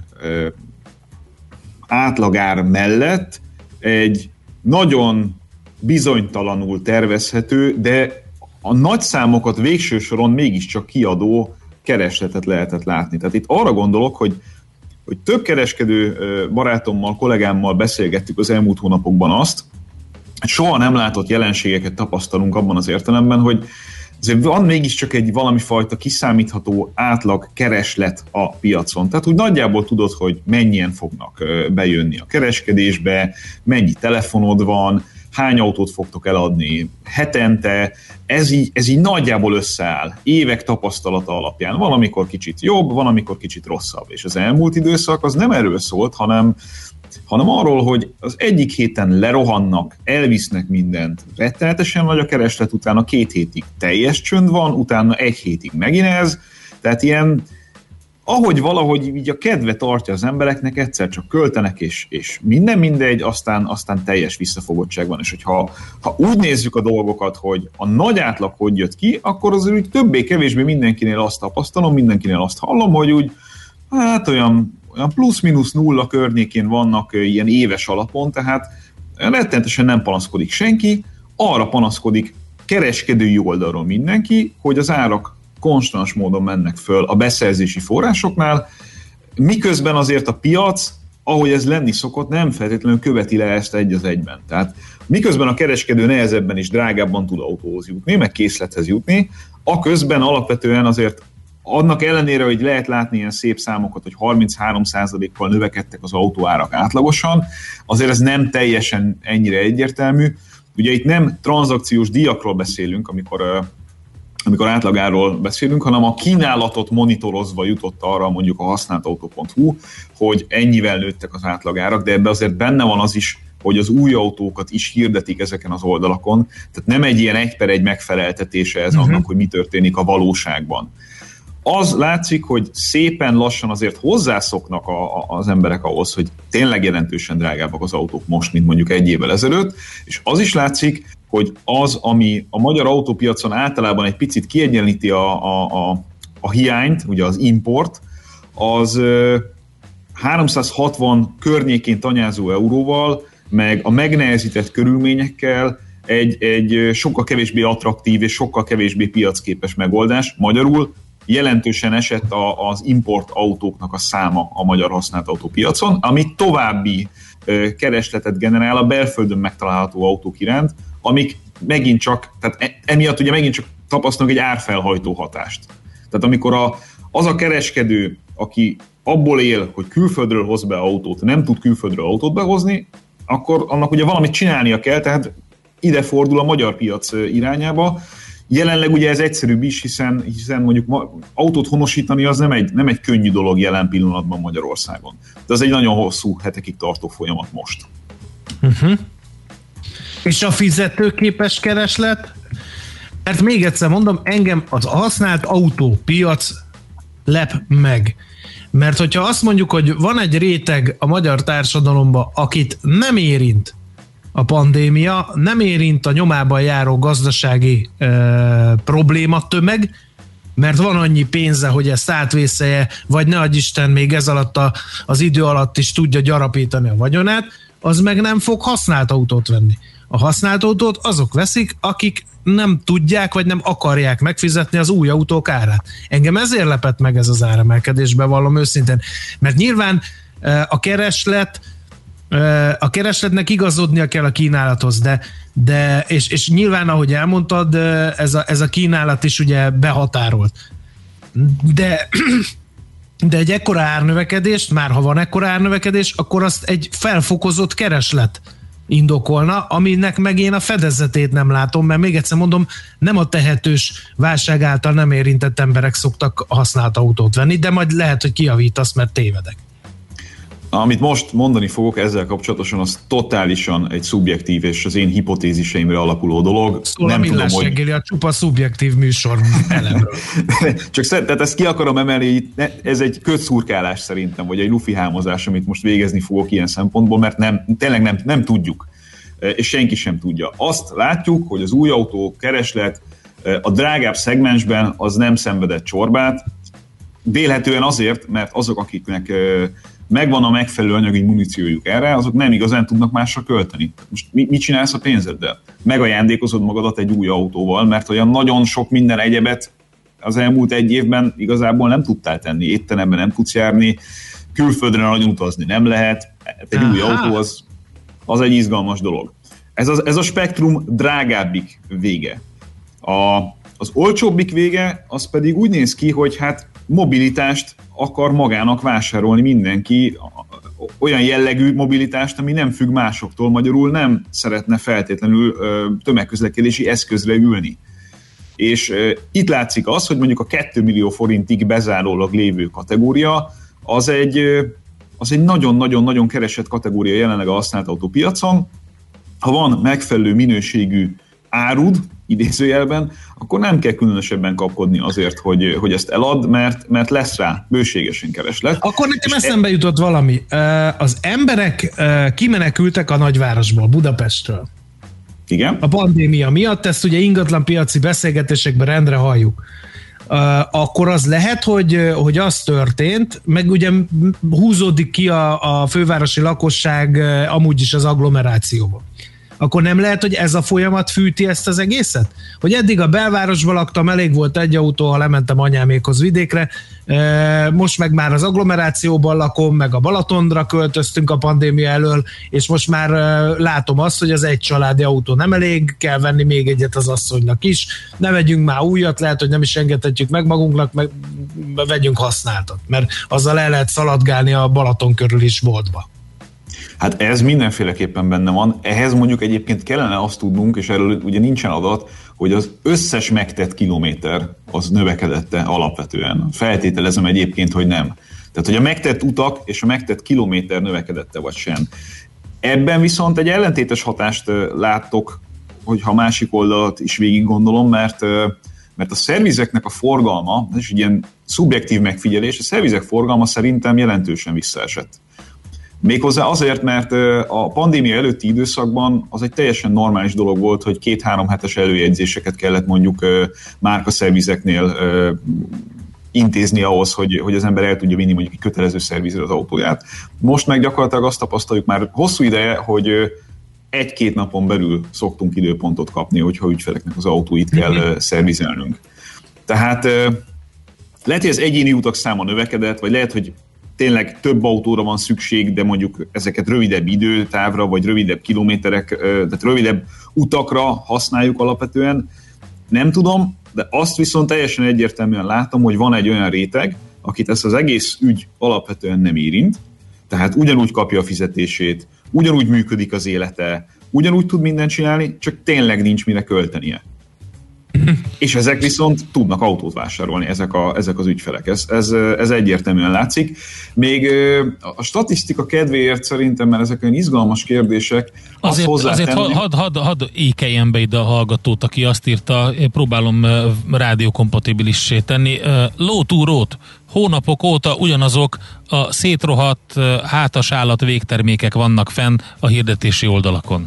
átlagár mellett egy nagyon bizonytalanul tervezhető, de a nagy számokat végső soron mégiscsak kiadó keresletet lehetett látni. Tehát itt arra gondolok, hogy több kereskedő barátommal, kollégámmal beszélgettük az elmúlt hónapokban azt, hogy soha nem látott jelenségeket tapasztalunk abban az értelemben, hogy azért van mégiscsak egy valami fajta kiszámítható átlag kereslet a piacon. Tehát úgy nagyjából tudod, hogy mennyien fognak bejönni a kereskedésbe, mennyi telefonod van, hány autót fogtok eladni hetente, ez így nagyjából összeáll, évek tapasztalata alapján. Valamikor kicsit jobb, valamikor kicsit rosszabb. És az elmúlt időszak az nem erről szólt, hanem arról, hogy az egyik héten lerohannak, elvisznek mindent, rettenetesen nagy a kereslet, utána 2 hétig teljes csönd van, utána 1 hétig megint ez, tehát ilyen, ahogy valahogy így a kedve tartja az embereknek, egyszer csak költenek, és minden mindegy, aztán teljes visszafogottság van. És hogyha úgy nézzük a dolgokat, hogy a nagy átlag hogy jött ki, akkor azért úgy többé-kevésbé mindenkinél azt tapasztalom, mindenkinél azt hallom, hogy úgy hát olyan plusz-minusz nulla környékén vannak ilyen éves alapon, tehát rettenetesen nem panaszkodik senki, arra panaszkodik kereskedői oldalról mindenki, hogy az árak konstans módon mennek föl a beszerzési forrásoknál, miközben azért a piac, ahogy ez lenni szokott, nem feltétlenül követi le ezt egy az egyben. Tehát miközben a kereskedő nehezebben és drágábban tud autóhoz jutni, meg készlethez jutni, aközben alapvetően azért annak ellenére, hogy lehet látni ilyen szép számokat, hogy 33%-kal növekedtek az autóárak átlagosan, azért ez nem teljesen ennyire egyértelmű. Ugye itt nem tranzakciós díjakról beszélünk, amikor átlagáról beszélünk, hanem a kínálatot monitorozva jutott arra mondjuk a használtautó.hu, hogy ennyivel nőttek az átlagárak, de ebbe azért benne van az is, hogy az új autókat is hirdetik ezeken az oldalakon, tehát nem egy ilyen 1/1 megfeleltetése ez annak, hogy mi történik a valóságban. Az látszik, hogy szépen lassan azért hozzászoknak az emberek ahhoz, hogy tényleg jelentősen drágábbak az autók most, mint mondjuk 1 évvel ezelőtt, és az is látszik, hogy az, ami a magyar autópiacon általában egy picit kiegyenlíti a hiányt, ugye az import, az 360 környékén tanyázó euróval, meg a megnehezített körülményekkel egy sokkal kevésbé attraktív és sokkal kevésbé piacképes megoldás. Magyarul jelentősen esett az import autóknak a száma a magyar használt autópiacon, ami további keresletet generál a belföldön megtalálható autók iránt, amik megint csak, tehát emiatt ugye megint csak tapasztalunk egy árfelhajtó hatást. Tehát amikor az a kereskedő, aki abból él, hogy külföldről hoz be autót, nem tud külföldről autót behozni, akkor annak ugye valamit csinálnia kell, tehát ide fordul a magyar piac irányába. Jelenleg ugye ez egyszerűbb is, hiszen mondjuk autót honosítani az nem egy könnyű dolog jelen pillanatban Magyarországon. De az egy nagyon hosszú, hetekig tartó folyamat most. Uh-huh. És a fizetőképes kereslet? Mert még egyszer mondom, engem az használt autópiac lep meg. Mert hogyha azt mondjuk, hogy van egy réteg a magyar társadalomban, akit nem érint a pandémia, nem érint a nyomában járó gazdasági probléma tömeg, mert van annyi pénze, hogy ezt átvészelje, vagy ne adj Isten, még ez alatt az idő alatt is tudja gyarapítani a vagyonát, az meg nem fog használt autót venni. A használt autót azok veszik, akik nem tudják, vagy nem akarják megfizetni az új autók árát. Engem ezért lepett meg ez az áremelkedés, bevallom őszintén. Mert nyilván a keresletnek igazodnia kell a kínálathoz, és nyilván, ahogy elmondtad, ez a kínálat is ugye behatárolt. De De egy ekkora árnövekedést, már ha van ekkora árnövekedés, akkor azt egy felfokozott kereslet indokolna, aminek meg én a fedezetét nem látom, mert még egyszer mondom, nem a tehetős válság által nem érintett emberek szoktak használt autót venni, de majd lehet, hogy kijavítasz, mert tévedek. Amit most mondani fogok ezzel kapcsolatosan, az totálisan egy szubjektív és az én hipotéziseimre alapuló dolog. Szóval nem tudom, hogy... reggeli a csupa szubjektív műsor elemről. Csak tehát ezt ki akarom emelni, ez egy kötszurkálás szerintem, vagy egy lufi hámozás, amit most végezni fogok ilyen szempontból, mert tényleg nem tudjuk. És senki sem tudja. Azt látjuk, hogy az új autó kereslet a drágább szegmensben az nem szenvedett csorbát, vélhetően azért, mert azok, akiknek megvan a megfelelő anyagi muníciójuk erre, azok nem igazán tudnak másra költeni. Most mit csinálsz a pénzeddel? Megajándékozod magadat egy új autóval, mert olyan nagyon sok minden egyebet az elmúlt egy évben igazából nem tudtál tenni. Étteremben nem tudsz járni, külföldre nagyon utazni nem lehet. Egy új autó az egy izgalmas dolog. Ez a spektrum drágábbik vége. Az olcsóbbik vége az pedig úgy néz ki, hogy hát mobilitást akar magának vásárolni mindenki, olyan jellegű mobilitást, ami nem függ másoktól, magyarul nem szeretne feltétlenül tömegközlekedési eszközre ülni. És itt látszik az, hogy mondjuk a 2 millió forintig bezárólag lévő kategória, az egy nagyon-nagyon-nagyon keresett kategória jelenleg a használt autópiacon. Ha van megfelelő minőségű árud, idézőjelben, akkor nem kell különösebben kapkodni azért, hogy ezt elad, mert lesz rá bőségesen kereslet. Akkor nekem eszembe jutott valami. Az emberek kimenekültek a nagyvárosból, Budapestről. Igen. A pandémia miatt, ezt ugye ingatlanpiaci beszélgetésekben rendre halljuk. Akkor az lehet, hogy az történt, meg ugye húzódik ki a fővárosi lakosság amúgy is az agglomerációba. Akkor nem lehet, hogy ez a folyamat fűti ezt az egészet? Hogy eddig a belvárosban laktam, elég volt egy autó, ha lementem anyámékhoz vidékre, most meg már az agglomerációban lakom, meg a Balatonra költöztünk a pandémia elől, és most már látom azt, hogy az egy családi autó nem elég, kell venni még egyet az asszonynak is, ne vegyünk már újat, lehet, hogy nem is engedhetjük meg magunknak, meg vegyünk használtat, mert azzal el lehet szaladgálni a Balaton körül is boltba. Hát ez mindenféleképpen benne van. Ehhez mondjuk egyébként kellene azt tudnunk, és erről ugye nincsen adat, hogy az összes megtett kilométer az növekedette alapvetően. Feltételezem egyébként, hogy nem. Tehát, hogy a megtett utak és a megtett kilométer növekedette vagy sem. Ebben viszont egy ellentétes hatást látok, hogyha a másik oldalat is végig gondolom, mert a szervizeknek a forgalma, ez is egy ilyen szubjektív megfigyelés, a szervizek forgalma szerintem jelentősen visszaesett. Méghozzá azért, mert a pandémia előtti időszakban az egy teljesen normális dolog volt, hogy 2-3 hetes előjegyzéseket kellett mondjuk márkaszervizeknél intézni ahhoz, hogy az ember el tudja vinni mondjuk egy kötelező szervizre az autóját. Most meg gyakorlatilag azt tapasztaljuk már hosszú ideje, hogy 1-2 napon belül szoktunk időpontot kapni, hogyha ügyfeleknek az autóit kell szervizelnünk. Tehát lehet, hogy az egyéni utak száma növekedett, vagy lehet, hogy tényleg több autóra van szükség, de mondjuk ezeket rövidebb időtávra, vagy rövidebb kilométerek, tehát rövidebb utakra használjuk alapvetően. Nem tudom, de azt viszont teljesen egyértelműen látom, hogy van egy olyan réteg, akit ezt az egész ügy alapvetően nem érint, tehát ugyanúgy kapja a fizetését, ugyanúgy működik az élete, ugyanúgy tud mindent csinálni, csak tényleg nincs mire költenie. És ezek viszont tudnak autót vásárolni, ezek az ügyfelek. Ez egyértelműen látszik. Még a statisztika kedvéért szerintem, mert ezek olyan izgalmas kérdések, azért hadd ékeljen be ide a hallgatót, aki azt írta, próbálom rádiókompatibilissé tenni. Low to road, hónapok óta ugyanazok a szétrohadt hátas állat végtermékek vannak fenn a hirdetési oldalakon.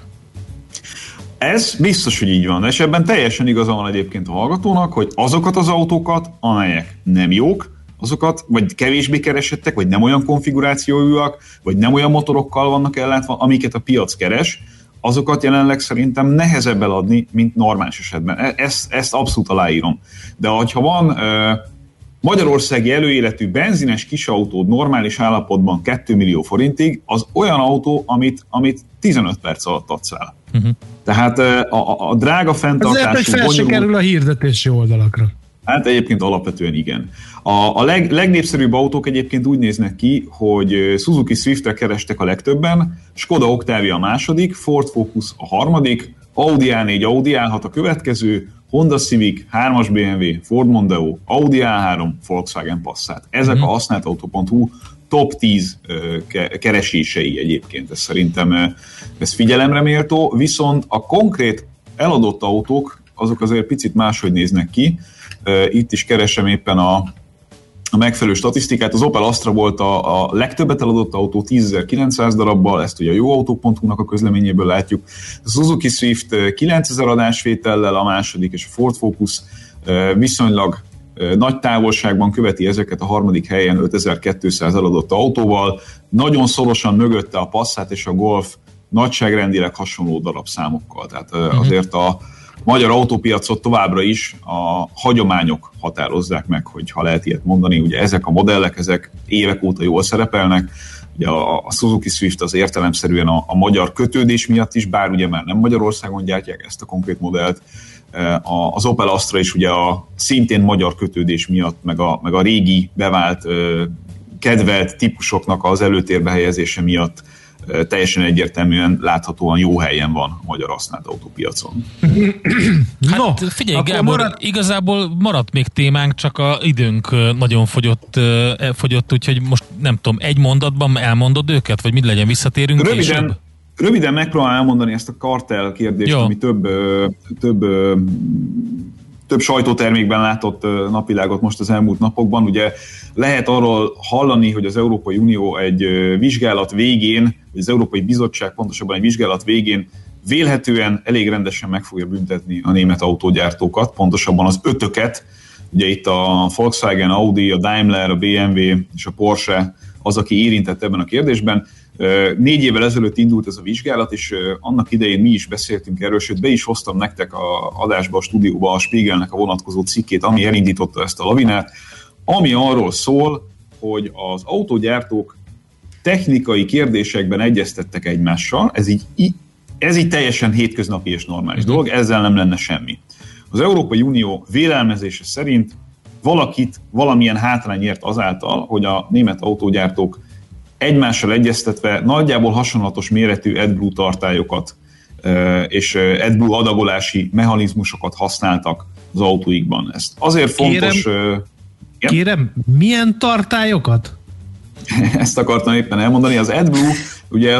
Ez biztos, hogy így van, és ebben teljesen igaza van egyébként a hallgatónak, hogy azokat az autókat, amelyek nem jók, azokat vagy kevésbé keresettek, vagy nem olyan konfigurációjúak, vagy nem olyan motorokkal vannak ellátva, amiket a piac keres, azokat jelenleg szerintem nehezebb eladni, mint normális esetben. Ezt abszolút aláírom. De ha van magyarországi előéletű benzines kisautód normális állapotban 2 millió forintig, az olyan autó, amit 15 perc alatt adsz el. Tehát a drága fenntartású... Ez lehet, hogy fel se kerül a hirdetési oldalakra. Hát egyébként alapvetően igen. A legnépszerűbb autók egyébként úgy néznek ki, hogy Suzuki Swift-re kerestek a legtöbben, Skoda Octavia a második, Ford Focus a harmadik, Audi A4, Audi A6 a következő, Honda Civic, 3-as BMW, Ford Mondeo, Audi A3, Volkswagen Passat. Ezek a használtautó.hu top 10 keresései egyébként. Ez szerintem ez figyelemre méltó, viszont a konkrét eladott autók, azok azért picit máshogy néznek ki. Itt is keresem éppen a megfelelő statisztikát. Az Opel Astra volt a legtöbbet eladott autó, 10.900 darabbal, ezt ugye a jóautó.hu-nak a közleményéből látjuk. A Suzuki Swift 9000 adásvétellel a második, és a Ford Focus viszonylag nagy távolságban követi ezeket a harmadik helyen 5200 eladott autóval. Nagyon szorosan mögötte a Passat és a Golf nagyságrendileg hasonló darabszámokkal. Tehát azért a magyar autópiacot továbbra is a hagyományok határozzák meg, hogyha lehet ilyet mondani. Ugye ezek a modellek, ezek évek óta jól szerepelnek. Ugye a Suzuki Swift az értelemszerűen a magyar kötődés miatt is, bár ugye már nem Magyarországon gyártják ezt a konkrét modellt. Az Opel Astra is ugye a szintén magyar kötődés miatt, meg a régi bevált, kedvelt típusoknak az előtérbe helyezése miatt teljesen egyértelműen láthatóan jó helyen van a magyar használt autópiacon. Hát figyelj, Gábor, igazából maradt még témánk, csak a időnk nagyon fogyott, úgyhogy most nem tudom, egy mondatban elmondod őket, vagy mit legyen, visszatérünk később? Röviden megpróbálom elmondani ezt a kartel kérdést, jó, ami több sajtótermékben látott napvilágot most az elmúlt napokban. Ugye lehet arról hallani, hogy az Európai Unió egy vizsgálat végén, vagy az Európai Bizottság pontosabban egy vizsgálat végén vélhetően elég rendesen meg fogja büntetni a német autógyártókat, pontosabban az 5-öket. Ugye itt a Volkswagen, Audi, a Daimler, a BMW és a Porsche az, aki érintett ebben a kérdésben. 4 évvel ezelőtt indult ez a vizsgálat, és annak idején mi is beszéltünk erről, sőt be is hoztam nektek a adásba, a stúdióba a Spiegelnek a vonatkozó cikkét, ami elindította ezt a lavinát, ami arról szól, hogy az autógyártók technikai kérdésekben egyeztettek egymással, ez így teljesen hétköznapi és normális dolog, ezzel nem lenne semmi. Az Európai Unió vélelmezése szerint valakit valamilyen hátrány ért azáltal, hogy a német autógyártók egymással egyeztetve nagyjából hasonlatos méretű AdBlue tartályokat és AdBlue adagolási mechanizmusokat használtak az autóikban. Ez azért fontos... Kérem, milyen tartályokat? Ezt akartam éppen elmondani. Az AdBlue ugye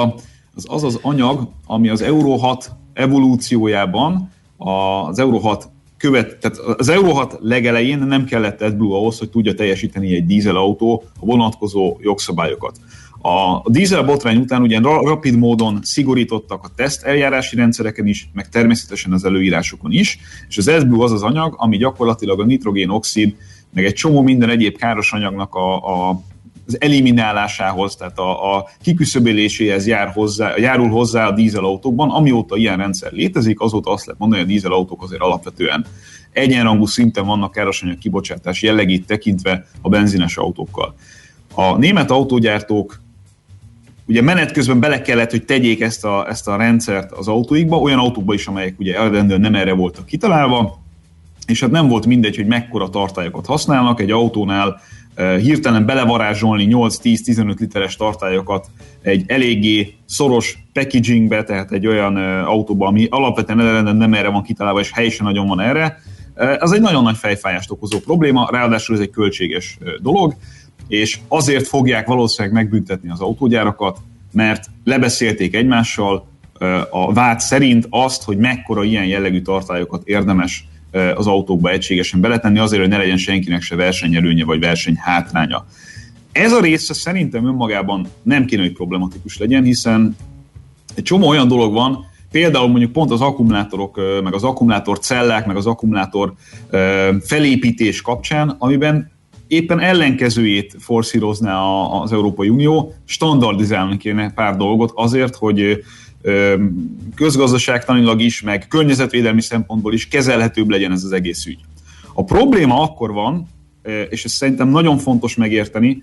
az anyag, ami az Euro 6 evolúciójában az Euro 6 tehát az Euro 6 legelején nem kellett AdBlue ahhoz, hogy tudja teljesíteni egy dízelautó a vonatkozó jogszabályokat. A dízel botrány után ugye rapid módon szigorítottak a teszt eljárási rendszereken is, meg természetesen az előírásokon is, és az AdBlue az az anyag, ami gyakorlatilag a nitrogén-oxid, meg egy csomó minden egyéb káros anyagnak az eliminálásához, tehát a kiküszöböléséhez járul hozzá a dízelautókban. Amióta ilyen rendszer létezik, azóta azt lehet mondani, hogy a dízelautók azért alapvetően egyenrangú szinten vannak károsanyag kibocsátás jellegét tekintve a benzines autókkal. A német autógyártók ugye menet közben bele kellett, hogy tegyék ezt a rendszert az autóikba, olyan autókba is, amelyek ugye eredendően nem erre voltak kitalálva, és hát nem volt mindegy, hogy mekkora tartályokat használnak. Egy autónál hirtelen belevarázsolni 8-10-15 literes tartályokat egy eléggé szoros packagingbe, tehát egy olyan autóba, ami alapvetően nem erre van kitalálva, és hely sem nagyon van erre, az egy nagyon nagy fejfájást okozó probléma, ráadásul ez egy költséges dolog, és azért fogják valószínűleg megbüntetni az autógyárakat, mert lebeszélték egymással a vád szerint azt, hogy mekkora ilyen jellegű tartályokat érdemes az autókba egységesen beletenni, azért, hogy ne legyen senkinek se versenyelőnye vagy versenyhátránya. Ez a része szerintem önmagában nem kéne, hogy problematikus legyen, hiszen egy csomó olyan dolog van, például mondjuk pont az akkumulátorok, meg az akkumulátorcellák, meg az akkumulátor felépítés kapcsán, amiben éppen ellenkezőjét forszírozná az Európai Unió, standardizálni kéne pár dolgot azért, hogy közgazdaságtanilag is, meg környezetvédelmi szempontból is kezelhetőbb legyen ez az egész ügy. A probléma akkor van, és ezt szerintem nagyon fontos megérteni,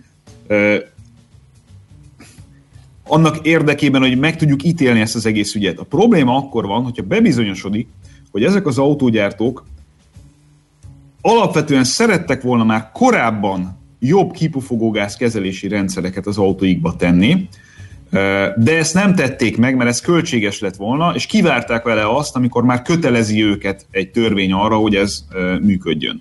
annak érdekében, hogy meg tudjuk ítélni ezt az egész ügyet. A probléma akkor van, hogyha bebizonyosodik, hogy ezek az autógyártók alapvetően szerettek volna már korábban jobb kipufogógáz kezelési rendszereket az autóikba tenni, de ezt nem tették meg, mert ez költséges lett volna, és kivárták vele azt, amikor már kötelezi őket egy törvény arra, hogy ez működjön.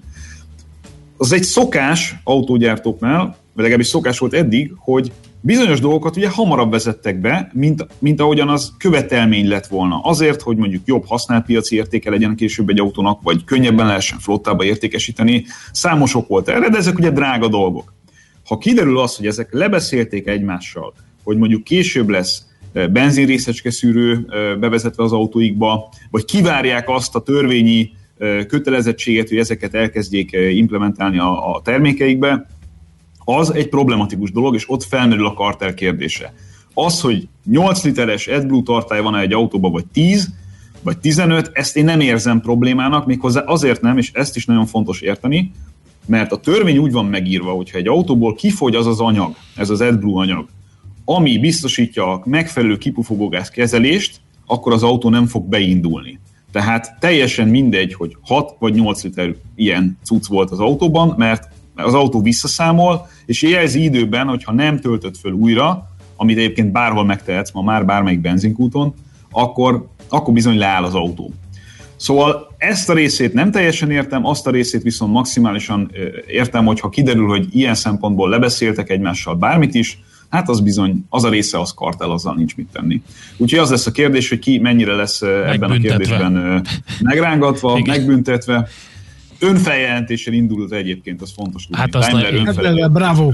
Az egy szokás autógyártóknál, vagy legalábbis szokás volt eddig, hogy bizonyos dolgokat ugye hamarabb vezettek be, mint ahogyan az követelmény lett volna. Azért, hogy mondjuk jobb használtpiaci értéke legyen később egy autónak, vagy könnyebben lehessen flottába értékesíteni. Számos ok volt erre, de ezek ugye drága dolgok. Ha kiderül az, hogy ezek lebeszélték egymással, hogy mondjuk később lesz benzinrészecskeszűrő bevezetve az autóikba, vagy kivárják azt a törvényi kötelezettséget, hogy ezeket elkezdjék implementálni a termékeikbe, az egy problematikus dolog, és ott felmerül a kartel kérdése. Az, hogy 8 literes AdBlue tartály van egy autóban, vagy 10, vagy 15, ezt én nem érzem problémának, méghozzá azért nem, és ezt is nagyon fontos érteni, mert a törvény úgy van megírva, hogyha egy autóból kifogy az az anyag, ez az AdBlue anyag, ami biztosítja a megfelelő kipufogógáz kezelést, akkor az autó nem fog beindulni. Tehát teljesen mindegy, hogy 6 vagy 8 liter ilyen cucc volt az autóban, mert az autó visszaszámol, és jelzi időben, hogyha nem töltött föl újra, amit egyébként bárhol megtehetsz, ma már bármelyik benzinkúton, akkor bizony leáll az autó. Szóval ezt a részét nem teljesen értem, azt a részét viszont maximálisan értem, hogyha kiderül, hogy ilyen szempontból lebeszéltek egymással bármit is, hát az bizony, az a része az kartel, azzal nincs mit tenni. Úgyhogy az lesz a kérdés, hogy ki mennyire lesz ebben a kérdésben megrángatva, megbüntetve. Önfeljelentéssel indult egyébként, az fontos tudni. Hát az bravo!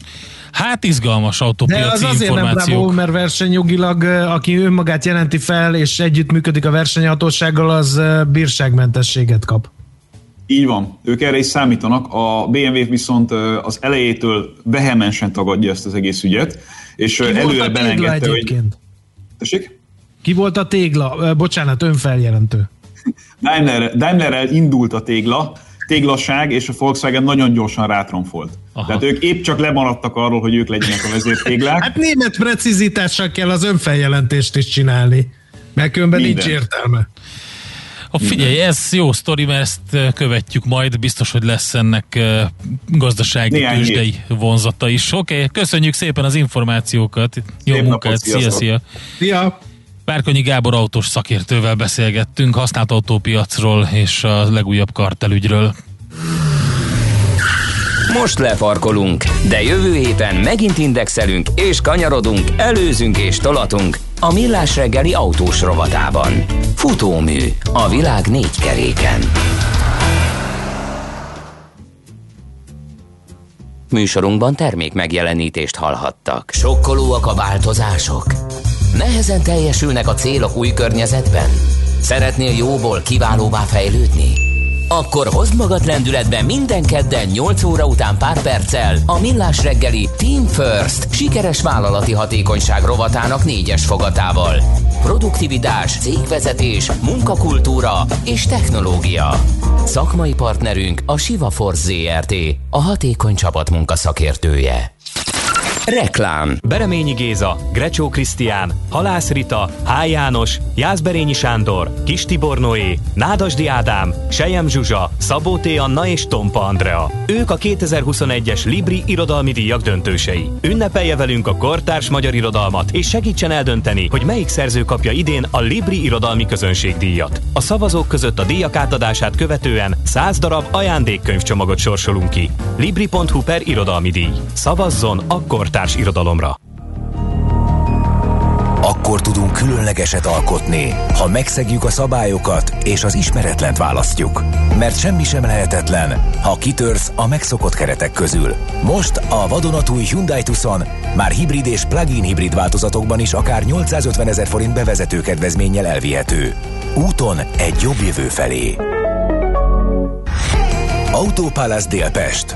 Hát izgalmas autópiaci információk. De az azért nem bravo, mert versenyjogilag, aki önmagát jelenti fel, és együttműködik a versenyhatósággal, az bírságmentességet kap. Így van, ők erre is számítanak, a BMW viszont az elejétől vehemensen tagadja ezt az egész ügyet, és előre belengedte, hogy... Tessék? Ki volt a tégla? Bocsánat, önfeljelentő. Daimlerrel indult a téglaság, és a Volkswagen nagyon gyorsan rátronfolt. Tehát ők épp csak lemaradtak arról, hogy ők legyenek a vezértéglák. Hát német precizitással kell az önfeljelentést is csinálni, mert különben nincs értelme. Figyelj, ez jó sztori, mert ezt követjük majd, biztos, hogy lesz ennek gazdasági tőzsdei vonzata is. Oké, köszönjük szépen az információkat, jó szép munkát, szia! Szia! Várkonyi Gábor autós szakértővel beszélgettünk használt autópiacról és a legújabb kartelügyről. Most lefarkolunk, de jövő héten megint indexelünk és kanyarodunk, előzünk és tolatunk a Millás reggeli autós rovatában. Futómű a világ 4 keréken. Műsorunkban termék megjelenítést hallhattak. Sokkolóak a változások? Nehezen teljesülnek a célok új környezetben? Szeretnél jóból kiválóvá fejlődni? Akkor hozd magad lendületbe minden kedden 8 óra után pár perccel a Millás reggeli Team First sikeres vállalati hatékonyság rovatának 4-es fogatával. Produktivitás, cégvezetés, munkakultúra és technológia. Szakmai partnerünk a Siva Force Zrt., a hatékony csapatmunka szakértője. Reklám. Bereményi Géza, Grecsó Krisztián, Halász Rita, H. János, Jászberényi Sándor, Kis Tibor Noé, Nádasdi Ádám, Sejem Zsuzsa, Szabó T. Anna és Tompa Andrea. Ők a 2021-es Libri irodalmi díjak döntősei. Ünnepelje velünk a kortárs magyar irodalmat, és segítsen eldönteni, hogy melyik szerző kapja idén a Libri irodalmi közönségdíjat. A szavazók között a díjak átadását követően 100 darab ajándékkönyvcsomagot sorsolunk ki. Libri.hu/irodalmi díj. Szavazzon a kortárs irodalomra. Akkor tudunk különlegeset alkotni, ha megszegjük a szabályokat és az ismeretlent választjuk. Mert semmi sem lehetetlen, ha kitörsz a megszokott keretek közül. Most a vadonatúj Hyundai Tucson már hibrid és plug-in hibrid változatokban is akár 850 000 forint bevezető kedvezménnyel elvihető. Úton egy jobb jövő felé. Autópalace Délpest.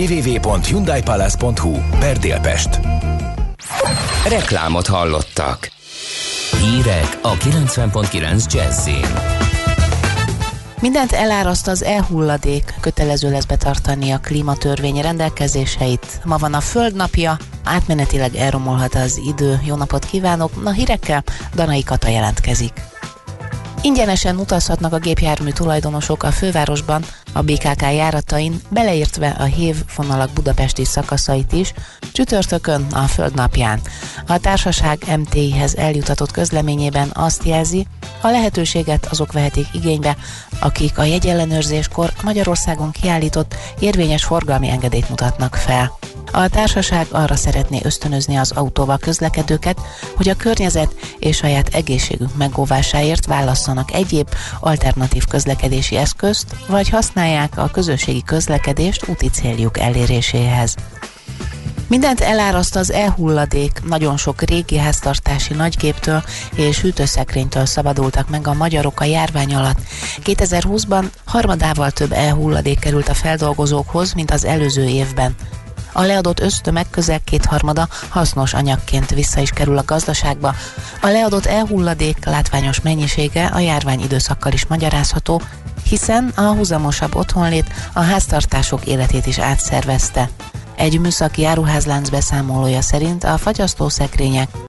www.hyundaipalace.hu/Délpest. Reklámot hallottak. Hírek a 90.9 Jazzin. Mindent eláraszt az e-hulladék, kötelező lesz betartani a klímatörvény rendelkezéseit. Ma van a Földnapja, átmenetileg elromolhat az idő. Jó napot kívánok! Na hírekkel Danai Kata jelentkezik. Ingyenesen utazhatnak a gépjármű tulajdonosok a fővárosban A BKK járatain, beleértve a hév vonalak budapesti szakaszait is, csütörtökön a Földnapján. A társaság MTI-hez eljutatott közleményében azt jelzi, a lehetőséget azok vehetik igénybe, akik a jegyellenőrzéskor Magyarországon kiállított érvényes forgalmi engedélyt mutatnak fel. A társaság arra szeretné ösztönözni az autóval közlekedőket, hogy a környezet és saját egészségünk megóvásáért válasszanak egyéb alternatív közlekedési eszközt, vagy használják a közösségi közlekedést úti céljuk eléréséhez. Mindent eláraszt az e-hulladék, nagyon sok régi háztartási nagygéptől és hűtőszekrénytől szabadultak meg a magyarok a járvány alatt. 2020-ban harmadával több e-hulladék került a feldolgozókhoz, mint az előző évben. A leadott össztömeg közel 2/3 hasznos anyagként vissza is kerül a gazdaságba. A leadott e-hulladék látványos mennyisége a járvány időszakkal is magyarázható, hiszen a huzamosabb otthonlét a háztartások életét is átszervezte. Egy műszaki áruházlánc beszámolója szerint a fagyasztószekrények